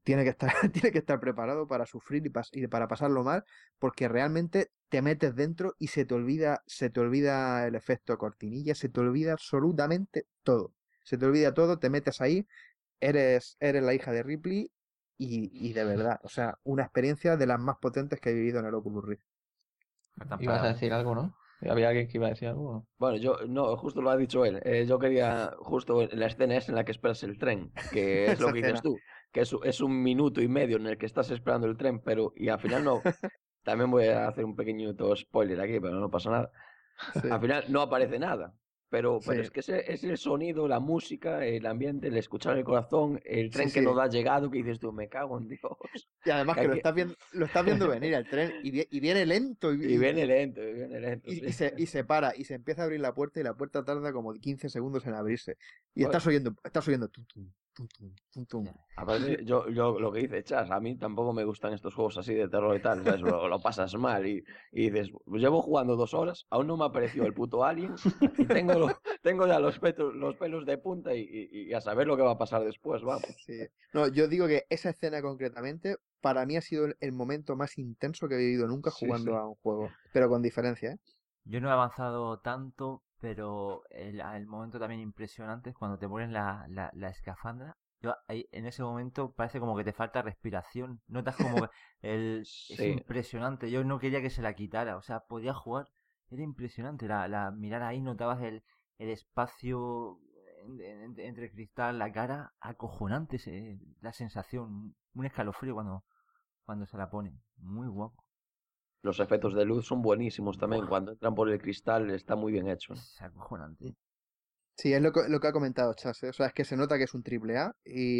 tiene que estar, tiene que estar preparado para sufrir y para pasarlo mal, porque realmente te metes dentro y se te olvida el efecto cortinilla, se te olvida absolutamente todo. Se te olvida todo, te metes ahí, eres la hija de Ripley y de verdad, o sea, una experiencia de las más potentes que he vivido en el Oculus Rift. Faltan Ibas a palabras. decir algo, ¿no? ¿Había alguien que iba a decir algo? Bueno, yo, no, justo lo ha dicho él. Yo quería, justo la escena es en la que esperas el tren, que es lo Esa que dices escena. tú, que es un minuto y medio en el que estás esperando el tren, pero, y al final no, también voy a hacer un pequeño spoiler aquí, pero no pasa nada. Al Sí, final no aparece nada, pero sí, es que es el sonido, la música, el ambiente, el escuchar el corazón, el sí, tren que no sí. da llegado, que dices tú, me cago en Dios. Y además Que que aquí... lo estás viendo venir el tren y viene lento Y viene lento, sí. y se para y se empieza a abrir la puerta y la puerta tarda como 15 segundos en abrirse. Y Bueno, estás oyendo tum, tum, tum, tum, tum, tum. Ya. aparte, yo lo que dice Chas, a mí tampoco me gustan estos juegos así de terror y tal, ¿sabes? Lo pasas mal y dices, pues llevo jugando 2 horas, aún no me apareció el puto alien y tengo ya los pelos de punta y a saber lo que va a pasar después, vamos. Sí. No, yo digo que esa escena concretamente para mí ha sido el momento más intenso que he vivido nunca Sí, sí. jugando a un juego, pero con diferencia, ¿eh? Yo no he avanzado tanto, pero el momento también impresionante es cuando te ponen la escafandra. Yo ahí, en ese momento parece como que te falta respiración. Notas como que es Sí, impresionante. Yo no quería que se la quitara. O sea, podía jugar. Era impresionante. Mirar ahí, notabas el espacio entre cristal, la cara. Acojonante la sensación. Un escalofrío cuando se la ponen. Muy guapo. los efectos de luz son buenísimos también, Buah, cuando entran por el cristal está muy bien hecho. es acojonante. Sí, es lo que ha comentado Chas, ¿eh? O sea, es que se nota que es un triple A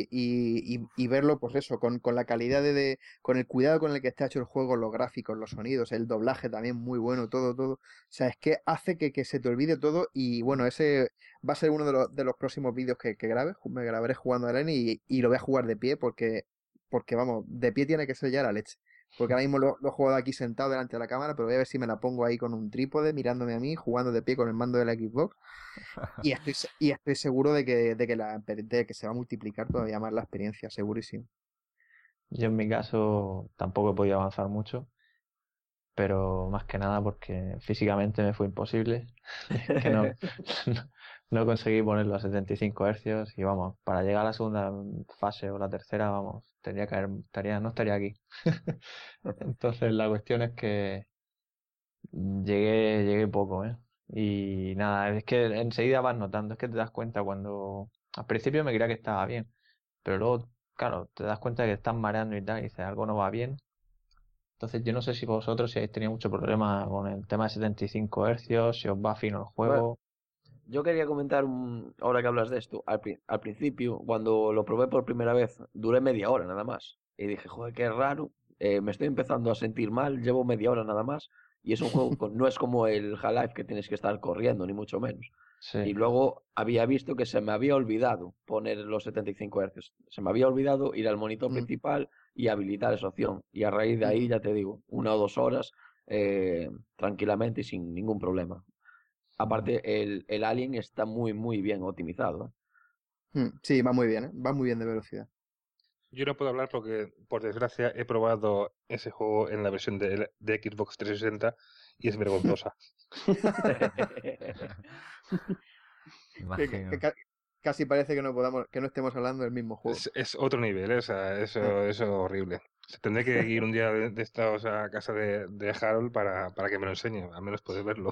y verlo, pues eso, con la calidad con el cuidado con el que está hecho el juego, los gráficos, los sonidos, el doblaje también muy bueno, todo, todo. O sea, es que hace que se te olvide todo y bueno, ese va a ser uno de los próximos vídeos que grabe. Me grabaré jugando a Lenny y lo voy a jugar de pie porque vamos, de pie tiene que ser ya la leche. Porque ahora mismo lo he jugado aquí sentado delante de la cámara, pero voy a ver si me la pongo ahí con un trípode, mirándome a mí, jugando de pie con el mando de la Xbox. Y estoy seguro de que se va a multiplicar todavía más la experiencia, segurísimo. Yo en mi caso tampoco he podido avanzar mucho, pero más que nada porque físicamente me fue imposible, que no, no conseguí ponerlo a 75 hercios y vamos, para llegar a la segunda fase o la tercera, vamos, no estaría aquí. Entonces la cuestión es que llegué poco, ¿eh? Y nada, es que enseguida vas notando, es que te das cuenta cuando al principio me creía que estaba bien, pero luego, claro, te das cuenta de que estás mareando y tal, y dices, algo no va bien. Entonces yo no sé si vosotros si habéis tenido mucho problema con el tema de 75 hercios, si os va fino el Bueno, juego. yo quería comentar, ahora que hablas de esto, al principio, cuando lo probé por primera vez, duré media hora nada más. Y dije, joder, qué raro, me estoy empezando a sentir mal, llevo media hora nada más. Y es un juego, no es como el Half-Life que tienes que estar corriendo, ni mucho menos. Y Sí. luego había visto que se me había olvidado poner los 75 Hz. Se me había olvidado ir al monitor Mm, principal y habilitar esa opción. Y a raíz de ahí, ujú, ya te digo, 1 o 2 horas tranquilamente y sin ningún problema. Aparte, el Alien está muy, muy bien optimizado, ¿eh? Sí, va muy bien, ¿eh? Va muy bien de velocidad. Yo no puedo hablar porque, por desgracia, he probado ese juego en la versión de Xbox 360 y es vergonzosa. Que Imagino. casi parece que no estemos hablando del mismo juego. Es otro nivel, ¿eh? O sea, Ah, eso es horrible. O sea, tendré que ir un día de estos a casa de Harold para que me lo enseñe, al menos poder verlo.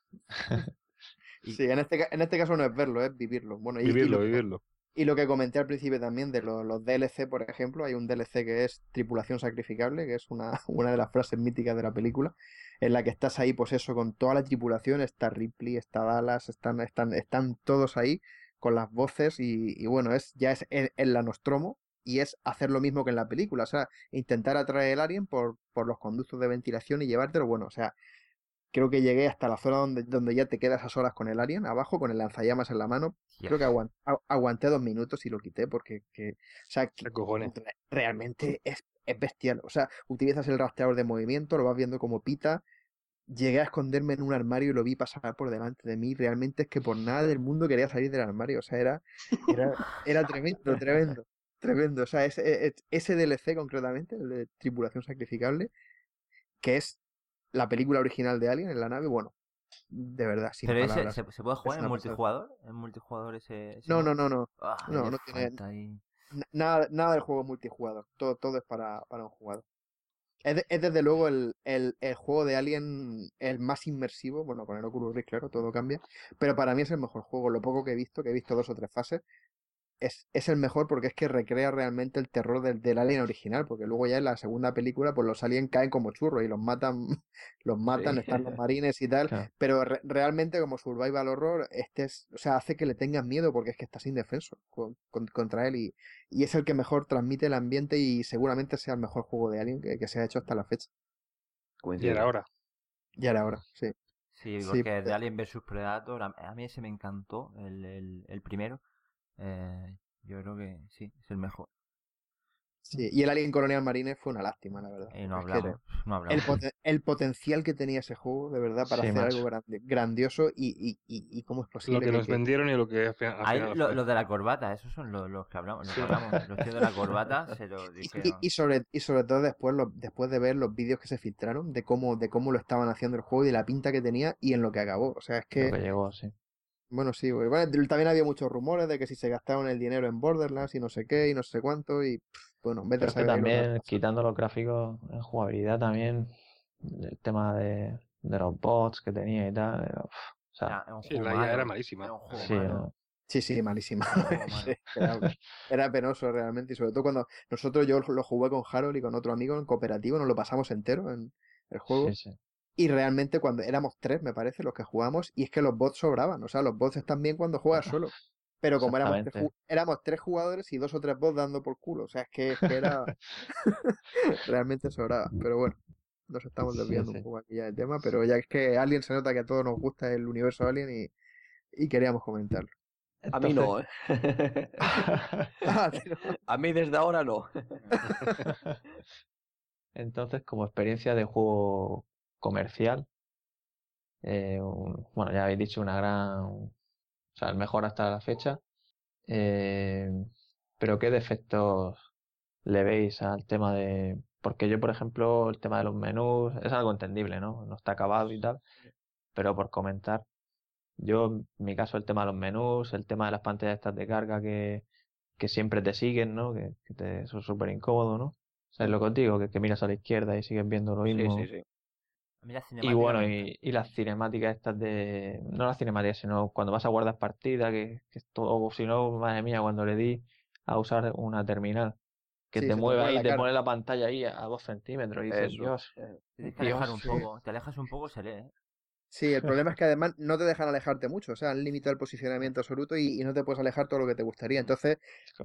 Y sí, en este caso no es verlo, es vivirlo. Bueno, Vivirlo, vivirlo. y lo que comenté al principio también de los DLC, por ejemplo, hay un DLC que es Tripulación Sacrificable, que es una de las frases míticas de la película, en la que estás ahí, pues eso, con toda la tripulación, está Ripley, está Dallas, están todos ahí con las voces y bueno, ya es en la Nostromo y es hacer lo mismo que en la película, o sea, intentar atraer el alien por los conductos de ventilación y llevártelo, bueno, o sea, creo que llegué hasta la zona donde ya te quedas a solas con el alien, abajo, con el lanzallamas en la mano. ya, Creo que aguanté 2 minutos y lo quité o sea, ¿Qué cojones? realmente es bestial. O sea, utilizas el rastreador de movimiento, lo vas viendo como pita. Llegué a esconderme en un armario y lo vi pasar por delante de mí. Realmente es que por nada del mundo quería salir del armario. O sea, era tremendo, tremendo. tremendo. O sea, ese DLC concretamente, el de Tripulación Sacrificable, que es la película original de Alien en la nave, bueno, de verdad, sin Pero ese, palabras. ¿se puede Es jugar en una pasada. multijugador? ¿En multijugador ese No, no, modo? no, no. Ah, No, le no tiene falta ahí. nada del juego multijugador. Todo es para un jugador. Es desde luego el juego de Alien el más inmersivo. Bueno, con el Oculus Rift, claro, todo cambia. Pero para mí es el mejor juego. Lo poco que he visto 2 o 3 fases, es el mejor porque es que recrea realmente el terror del Alien original. Porque luego ya en la segunda película, pues los aliens caen como churros y los matan, los matan, Sí. están los marines y tal. Claro. Pero realmente como survival horror, o sea, hace que le tengas miedo porque es que estás indefenso contra él y es el que mejor transmite el ambiente y seguramente sea el mejor juego de Alien que se ha hecho hasta la fecha. Y Coincido. era ahora. Ya era hora, sí. Sí, Sí, porque de Alien vs Predator, a mí ese me encantó, el primero. Yo creo que sí, es el mejor. sí. Y el Alien Colonial Marine fue una lástima, la verdad. Y no porque es que hablamos, no hablamos. el potencial que tenía ese juego, de verdad, para Sí, hacer algo macho. grandioso y cómo es Lo posible que nos vendieron y lo que al Hay final fue. los de la corbata, esos son los que hablamos, los Sí. que hablamos. Los tíos de la corbata se lo y, dijeron. y sobre todo después de ver los vídeos que se filtraron de cómo lo estaban haciendo el juego y de la pinta que tenía y en lo que acabó. O sea, es Lo que, que llegó, sí. bueno, sí, güey. Bueno, también había muchos rumores de que si se gastaban el dinero en Borderlands y no sé qué y no sé cuánto y bueno, vete Pero a es que saber ahí lo que también, pasa. quitando los gráficos en jugabilidad, también el tema de los bots que tenía y tal. O sea, Era un Sí, juego la IA era malo. malísima. Era un juego sí, malo. ¿no? Sí, malísima. Era un juego malo. Era penoso realmente. Y sobre todo cuando yo lo jugué con Harold y con otro amigo en cooperativo, nos lo pasamos entero en el Sí, juego. sí. Y realmente cuando éramos 3, me parece, los que jugamos, y es que los bots sobraban. O sea, los bots están bien cuando juegas solo. Pero como Exactamente. éramos 3 jugadores y 2 o 3 bots dando por culo. O sea, es que era realmente sobraba. Pero bueno, nos estamos Sí, desviando un sí. poco aquí ya del tema. Pero ya es que Alien se nota que a todos nos gusta el universo Alien y queríamos comentarlo. A mí no, ¿eh? Ah, tío. A mí desde ahora no. Entonces, como experiencia de juego comercial, bueno, ya habéis dicho o sea, el mejor hasta la fecha. eh, pero ¿qué defectos le veis al tema porque yo, por ejemplo, el tema de los menús es algo entendible, ¿no? No está acabado y tal, pero por comentar, yo, en mi caso, el tema de los menús, el tema de las pantallas estas de carga que siempre te siguen, ¿no? Eso es súper incómodo, ¿no? ¿Sabes lo que os digo? Que miras a la izquierda y sigues viendo lo Sí, mismo. sí. A mí la Y cinemática bueno, me encanta. y las cinemáticas estas no las cinemáticas, sino cuando vas a guardar partida, que es todo, o si no, madre mía, cuando le di a usar una terminal, que Sí, te se te mueve pone ahí, la te cara. pone la pantalla ahí a 2 centímetros y dices, Eso. Dios, Tienes que alejar un Dios. poco. Te alejas un poco, se lee, ¿eh? Sí, el problema es que además no te dejan alejarte mucho, o sea, han limitado el posicionamiento absoluto y no te puedes alejar todo lo que te gustaría. Entonces,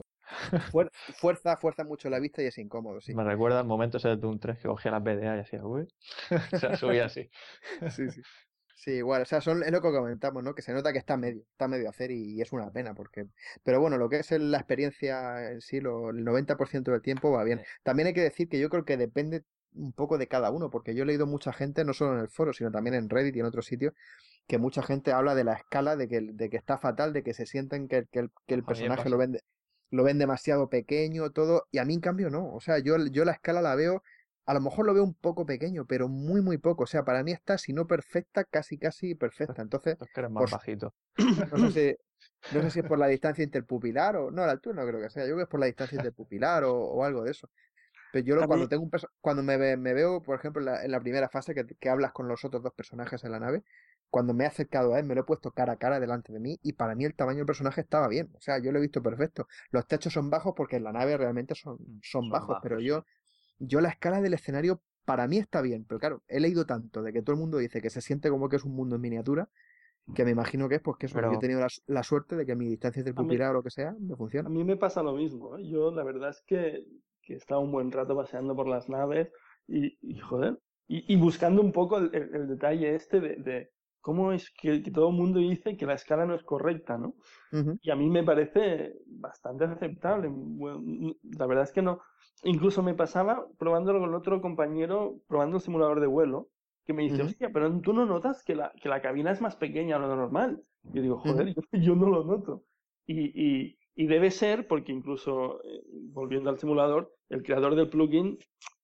fuerza mucho la vista y es incómodo, sí. Me recuerda al momento ese de Doom 3 que cogía las BDA y hacía, uy, se subía así. Sí, sí. Sí, igual, o sea, es lo que comentamos, ¿no? Que se nota que está medio a hacer y es una pena, porque... Pero bueno, lo que es la experiencia en sí, el 90% del tiempo va bien. Sí. También hay que decir que yo creo que depende un poco de cada uno, porque yo he leído mucha gente, no solo en el foro, sino también en Reddit y en otros sitios, que mucha gente habla de la escala, de que está fatal, de que se sienten que el A mí me personaje pasa. lo ven demasiado pequeño, todo, y a mí en cambio no. O sea, yo la escala la veo, a lo mejor lo veo un poco pequeño, pero muy poco. O sea, para mí está, si no perfecta, casi perfecta. Entonces, Es que eres más por, bajito. no sé si, no sé si es por la distancia interpupilar o... No, la altura no creo que sea. Yo creo que es por la distancia interpupilar o algo de eso. Pero yo A cuando mí, tengo cuando me veo, por ejemplo, en la primera fase que hablas con los otros 2 personajes en la nave, cuando me he acercado a él, me lo he puesto cara a cara delante de mí y para mí el tamaño del personaje estaba bien. O sea, yo lo he visto perfecto. Los techos son bajos porque en la nave realmente son Son bajos, pero bajos, sí. yo la escala del escenario para mí está bien. Pero claro, he leído tanto de que todo el mundo dice que se siente como que es un mundo en miniatura, que me imagino que es pues que eso, yo he Pero tenido la suerte de que mi distancia a mí, interpupilar o lo que sea me a funciona. mí me pasa lo mismo, ¿eh? Yo la verdad es que he estado un buen rato paseando por las naves joder, y buscando un poco el detalle este de cómo es que todo el mundo dice que la escala no es correcta, ¿no? Ujú, Y a mí me parece bastante aceptable. Bueno, la verdad es que no. Incluso me pasaba probándolo con otro compañero, probando el simulador de vuelo, que me dice, ujú, hostia, pero tú no notas que la cabina es más pequeña a lo normal. Yo digo, ujú. joder, yo no lo noto. Y Y debe ser porque incluso, volviendo al simulador, el creador del plugin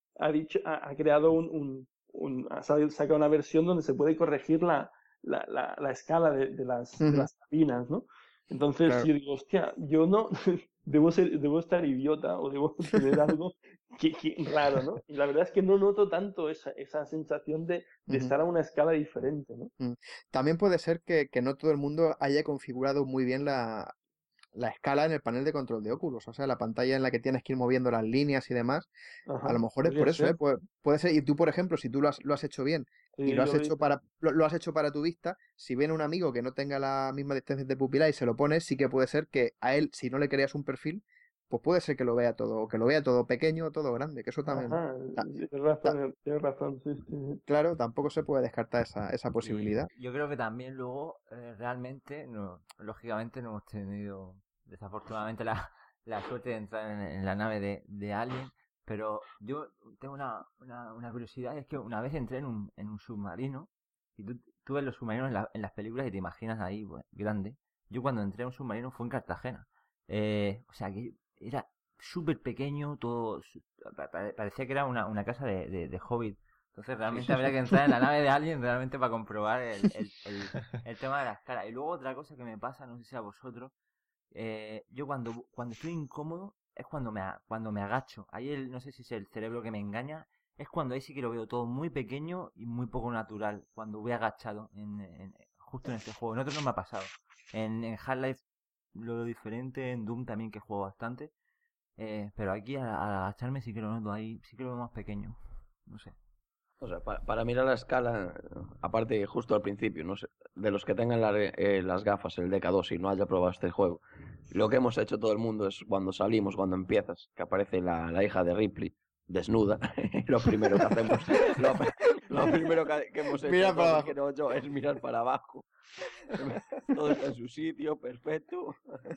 ha creado ha sacado una versión donde se puede corregir la escala de las cabinas, ¿no? Entonces Claro. yo digo, hostia, yo no debo estar idiota o debo tener algo raro, ¿no? Y la verdad es que no noto tanto esa sensación de Ujú. estar a una escala diferente, ¿no? También puede ser que no todo el mundo haya configurado muy bien la escala en el panel de control de Oculus, o sea, la pantalla en la que tienes que ir moviendo las líneas y demás. A lo Ajá, mejor es podría por eso, ¿eh? ser. Puede ser, y tú, por ejemplo, si tú lo has hecho bien y Sí, lo has yo lo hecho hice. lo has hecho para tu vista, si viene un amigo que no tenga la misma distancia de pupila y se lo pone, sí que puede ser que a él, si no le creas un perfil, pues puede ser que lo vea todo, o que lo vea todo pequeño o todo grande, que eso también, Ajá, ta- tienes razón, sí, sí. claro, tampoco se puede descartar esa Y posibilidad. yo creo que también luego, realmente, no, lógicamente no hemos tenido, desafortunadamente, la suerte de entrar en la nave de Alien, pero yo tengo una curiosidad, es que una vez entré en un submarino, y tú ves los submarinos en las películas y te imaginas ahí, pues, grande. Yo cuando entré en un submarino fue en Cartagena. O sea que era súper pequeño, todo, parecía que era una casa de Hobbit. Entonces realmente habría que entrar en la nave de alguien realmente para comprobar el tema de las caras. Y luego otra cosa que me pasa, no sé si a vosotros, yo cuando estoy incómodo es cuando me agacho. Ahí no sé si es el cerebro que me engaña, es cuando ahí sí que lo veo todo muy pequeño y muy poco natural, cuando voy agachado justo en este juego. En otros no me ha pasado. En Half-Life lo veo diferente, en Doom también que juego bastante. Pero aquí al agacharme sí que lo noto ahí, sí que lo veo más pequeño. No sé. O sea, para mirar la escala, aparte justo al principio, no sé, de los que tengan las gafas, el DK2 y no haya probado este juego, lo que hemos hecho todo el mundo es cuando salimos, cuando empiezas, que aparece la hija de Ripley desnuda, lo primero que hacemos, lo, lo primero que hemos hecho Mira para todos, abajo. creo yo, es mirar para abajo. Todo está en su sitio, perfecto.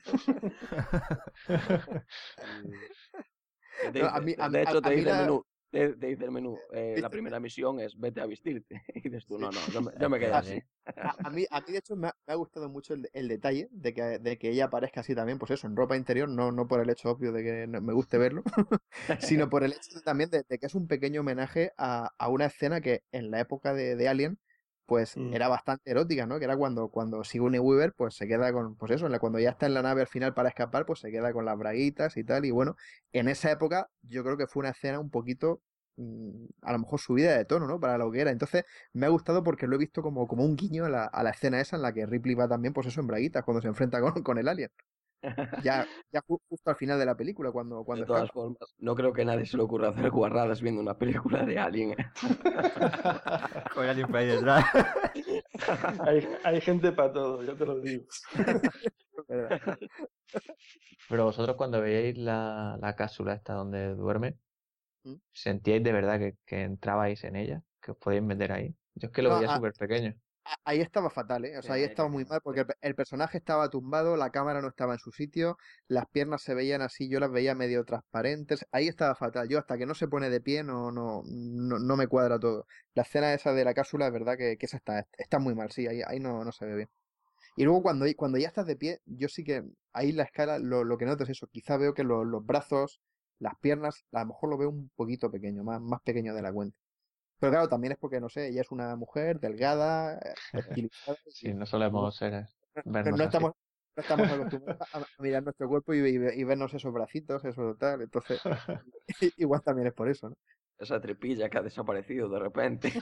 Y No, de hecho, a te mí dice el la... menú, te dice el menú, la primera misión es vete a vestirte. Y dices tú, Sí. no, yo me quedé así. Espérate. A mí, de hecho, me ha gustado mucho el detalle de que ella aparezca así también, pues eso, en ropa interior, no por el hecho obvio de que me guste verlo, sino por el hecho también de que es un pequeño homenaje a una escena que en la época de Alien, pues era bastante erótica, ¿no? Que era cuando Sigourney Weaver, pues se queda con, pues eso, cuando ya está en la nave al final para escapar, pues se queda con las braguitas y tal, y bueno, en esa época yo creo que fue una escena un poquito, a lo mejor subida de tono, ¿no? Para lo que era. Entonces, me ha gustado porque lo he visto como un guiño a la escena esa en la que Ripley va también, pues eso, en braguitas, cuando se enfrenta con el alien. Justo al final de la película, De cuando todas escapa. formas, no creo que a nadie se le ocurra hacer guarradas viendo una película de Alien. Con alguien por ahí detrás. Hay gente para todo, yo te lo digo. ¿Verdad? Pero vosotros cuando veíais la cápsula esta donde duerme, ¿Mm? ¿sentíais de verdad que entrabais en ella? ¿Que os podíais meter ahí? Yo es que lo No, veía súper pequeño. ahí estaba fatal, ¿eh? O Sí, sea, ahí ahí estaba muy mal porque el personaje estaba tumbado, la cámara no estaba en su sitio, las piernas se veían así, yo las veía medio transparentes, ahí estaba fatal. Yo hasta que no se pone de pie no me cuadra todo. La escena esa de la cápsula es verdad que esa está muy mal, sí, ahí no se ve bien. Y luego cuando ya estás de pie, yo sí que ahí la escala lo que noto es eso, quizá veo que los brazos, las piernas, a lo mejor lo veo un poquito pequeño, más pequeño de la cuenta. Pero claro, también es porque, no sé, ella es una mujer delgada, estilizada, Sí, no y solemos no, vernos no así. estamos, no estamos acostumbrados a mirar nuestro cuerpo y vernos esos bracitos, eso tal. Entonces, igual también es por eso, ¿no? Esa tripilla que ha desaparecido de repente.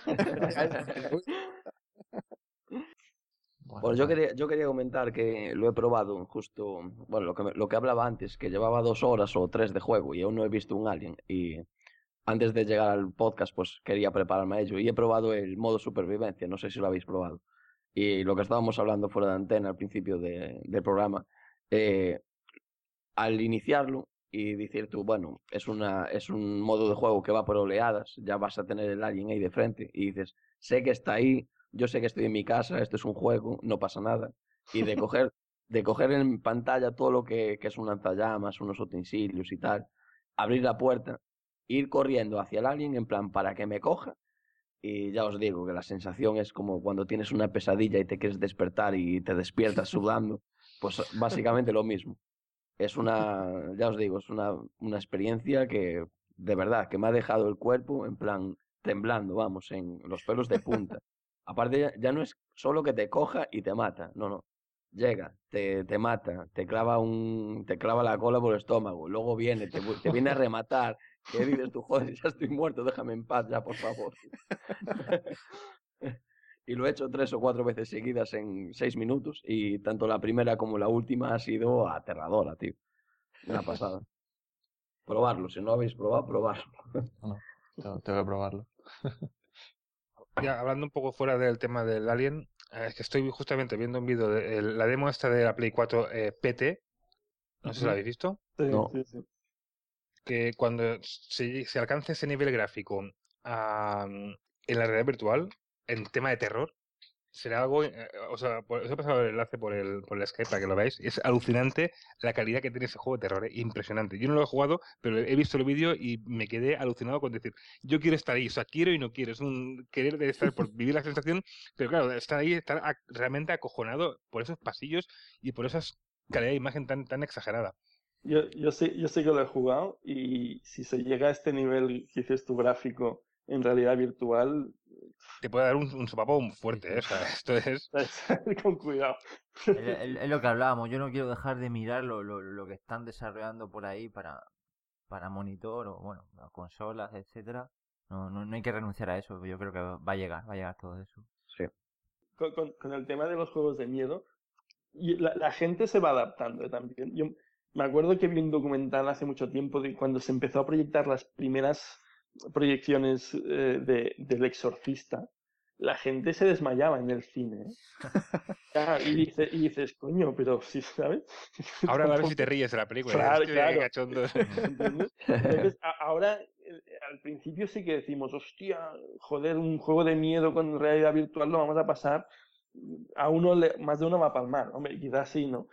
Bueno, Bueno, bueno. yo quería comentar que lo he probado justo, bueno, lo que hablaba antes, que llevaba 2 horas o 3 de juego y aún no he visto un Alien. Y antes de llegar al podcast, pues quería prepararme a ello. Y he probado el modo supervivencia, no sé si lo habéis probado. Y lo que estábamos hablando fuera de antena al principio del programa, eh, al iniciarlo y decir tú, bueno, es un modo de juego que va por oleadas, ya vas a tener el alien ahí de frente y dices, sé que está ahí, yo sé que estoy en mi casa, esto es un juego, no pasa nada. Y de coger en pantalla todo lo que es un lanzallamas, unos utensilios y tal, abrir la puerta, ir corriendo hacia el alien en plan para que me coja. Y ya os digo que la sensación es como cuando tienes una pesadilla y te quieres despertar y te despiertas sudando, pues básicamente lo mismo. es ya os digo, es una experiencia que, de verdad, que me ha dejado el cuerpo en plan temblando, vamos, en los pelos de punta. Aparte, ya no es solo que te coja y te mata, no, no. Llega, te mata, te clava la cola por el estómago, luego viene, te viene a rematar, que dices tú, joder, ya estoy muerto, déjame en paz ya, por favor. Y lo he hecho 3 o 4 veces seguidas en 6 minutos y tanto la primera como la última ha sido aterradora, tío. Una pasada. Probarlo, si no lo habéis probado, probarlo. No, tengo que probarlo. Ya, hablando un poco fuera del tema del Alien, es que estoy justamente viendo un vídeo de la demo esta de la Play 4 PT, no sé si la habéis visto, Sí, No. sí, sí. que cuando se alcance ese nivel gráfico en la realidad virtual, en tema de terror, será algo, o sea, os he pasado el enlace por el Skype para que lo veáis. Es alucinante la calidad que tiene ese juego de terror, impresionante. Yo no lo he jugado, pero he visto el vídeo y me quedé alucinado con decir, yo quiero estar ahí, o sea, quiero y no quiero, es un querer de estar por vivir la sensación, pero claro, estar ahí, estar realmente acojonado por esos pasillos y por esa calidad de imagen tan exagerada. Yo sé que lo he jugado y si se llega a este nivel que dices tu gráfico en realidad virtual, Te puede dar un sopapón fuerte, ¿eh? O sea, esto es... con cuidado. Es lo que hablábamos, yo no quiero dejar de mirar lo que están desarrollando por ahí para monitor o bueno, consolas, etcétera. No hay que renunciar a eso, yo creo que va a llegar todo eso. Sí. Con el tema de los juegos de miedo, y la gente se va adaptando también. Yo me acuerdo que vi un documental hace mucho tiempo de cuando se empezó a proyectar las primeras proyecciones del Exorcista, la gente se desmayaba en el cine. Claro, y dices, coño, pero si sabes. Ahora a ver si te Tampoco- ríes de la película. Claro, Hostia, qué claro. cachondo. ¿Entiendes? Entonces, ahora, al principio sí que decimos, hostia, joder, un juego de miedo con realidad virtual lo vamos a pasar. A uno, más de uno va a palmar, hombre, quizás sí, ¿no?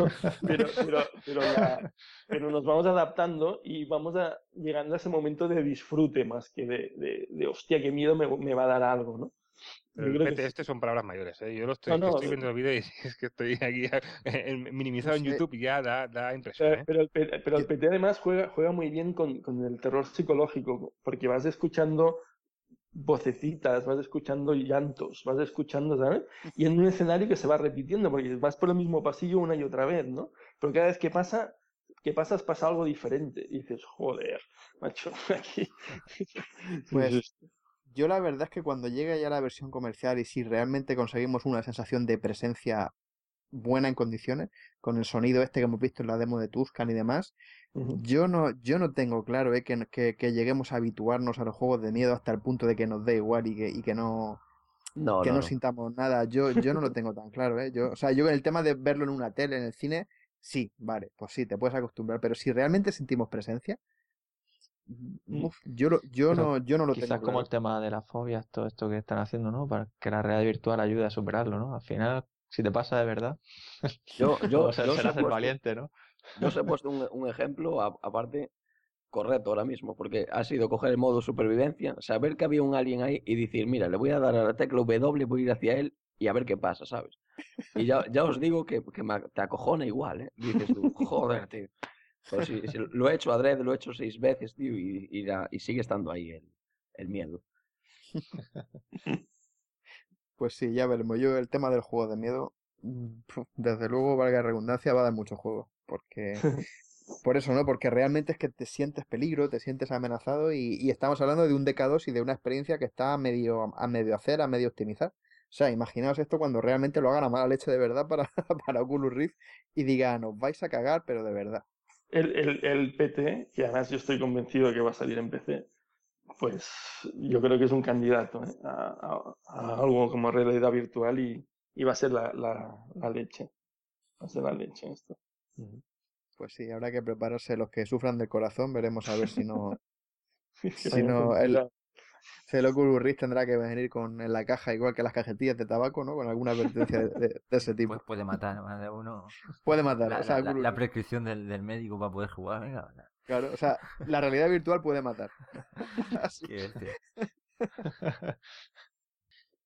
Pero nos vamos adaptando y vamos llegando a ese momento de disfrute más que de hostia, qué miedo me va a dar algo, ¿no? Pero Yo el creo que PT sí. este son palabras mayores, ¿eh? Yo No, que no, estoy viendo el vídeo y es que estoy aquí No minimizado en sé, YouTube y ya da impresión, ¿eh? pero yo, el PT además juega muy bien con el terror psicológico, porque vas escuchando vocecitas, vas escuchando llantos, vas escuchando, ¿sabes? Y en un escenario que se va repitiendo, porque vas por el mismo pasillo una y otra vez, ¿no? Pero cada vez pasa algo diferente. Y dices, joder, macho, aquí. pues yo la verdad es que cuando llegue ya la versión comercial y si realmente conseguimos una sensación de presencia buena en condiciones, con el sonido este que hemos visto en la demo de Tuscan y demás, Ujú. yo no tengo claro que lleguemos a habituarnos a los juegos de miedo hasta el punto de que nos dé igual No, que no, no no. sintamos nada. Yo no lo tengo tan claro, ¿eh? O sea, yo en el tema de verlo en una tele, en el cine, sí, vale, pues sí, te puedes acostumbrar, pero si realmente sentimos presencia, Mm. Pero yo no lo tengo quizás como claro. el tema de las fobias, todo esto que están haciendo, ¿no? Para que la realidad virtual ayude a superarlo, ¿no? Al final, si te pasa de verdad, Yo, luego yo, yo os he serás el puesto, valiente, ¿no? yo os he puesto un ejemplo, aparte, correcto ahora mismo, porque ha sido coger el modo supervivencia, saber que había un alien ahí y decir, mira, le voy a dar a la tecla W, voy a ir hacia él y a ver qué pasa, ¿sabes? Y ya os digo que te acojona igual, ¿eh? Dices tú, joder, tío. Pero si lo he hecho adrede, lo he hecho 6 veces, tío, y sigue estando ahí el miedo. Pues sí, ya veremos. Yo el tema del juego de miedo, desde luego, valga la redundancia, va a dar mucho juego. Por eso, ¿no? Porque realmente es que te sientes peligro, te sientes amenazado y estamos hablando de un DK2 y de una experiencia que está a medio hacer, a medio optimizar. O sea, imaginaos esto cuando realmente lo hagan a mala leche de verdad para, para Oculus Rift y digan, os vais a cagar, pero de verdad. El PT, que además yo estoy convencido de que va a salir en PC, pues yo creo que es un candidato, ¿eh? A algo como realidad virtual y va a ser la leche. Va a ser la leche esto. Ujú. Pues sí, habrá que prepararse los que sufran del corazón, veremos a ver si no, Que si vayan con no, cuidado. el Oculus Rift tendrá que venir en la caja igual que las cajetillas de tabaco, ¿no? Con alguna advertencia de ese Pues tipo. puede matar más de uno. Puede matar, o La, sea, la, la, la prescripción del médico para poder jugar, venga. claro, o sea, la realidad virtual puede matar. Así. Qué bestia.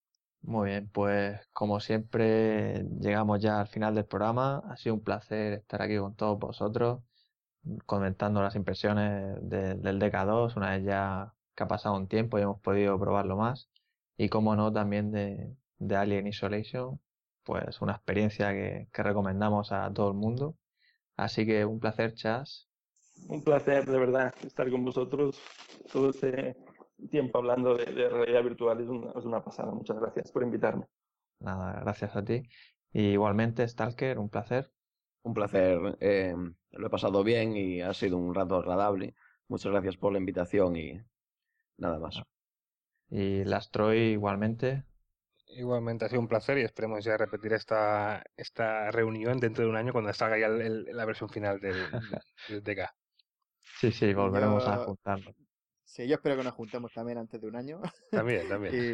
Muy bien, pues como siempre llegamos ya al final del programa. Ha sido un placer estar aquí con todos vosotros, comentando las impresiones del DK2, una vez ya que ha pasado un tiempo y hemos podido probarlo más. Y como no, también de Alien Isolation, pues una experiencia que recomendamos a todo el mundo. Así que un placer, Chas. Un placer, de verdad, estar con vosotros todo este tiempo hablando de realidad virtual. Es una pasada. Muchas gracias por invitarme. Nada, gracias a ti. Y igualmente, Stalker, un placer. Un placer, lo he pasado bien y ha sido un rato agradable. Muchas gracias por la invitación y nada más. Y Lastroy, igualmente. Igualmente ha sido un placer y esperemos ya repetir esta reunión dentro de un año cuando salga ya la versión final del DK. Sí, Y volveremos a yo, juntarnos. sí, yo espero que nos juntemos también antes de un año. También.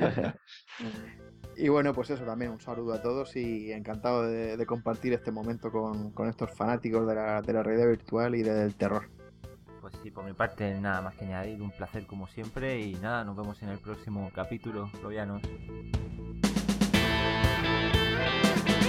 Y bueno, pues eso también, un saludo a todos y encantado de compartir este momento con estos fanáticos de la realidad virtual y del terror. Pues sí, por mi parte nada más que añadir, un placer como siempre y nada, nos vemos en el próximo capítulo, Troyanos.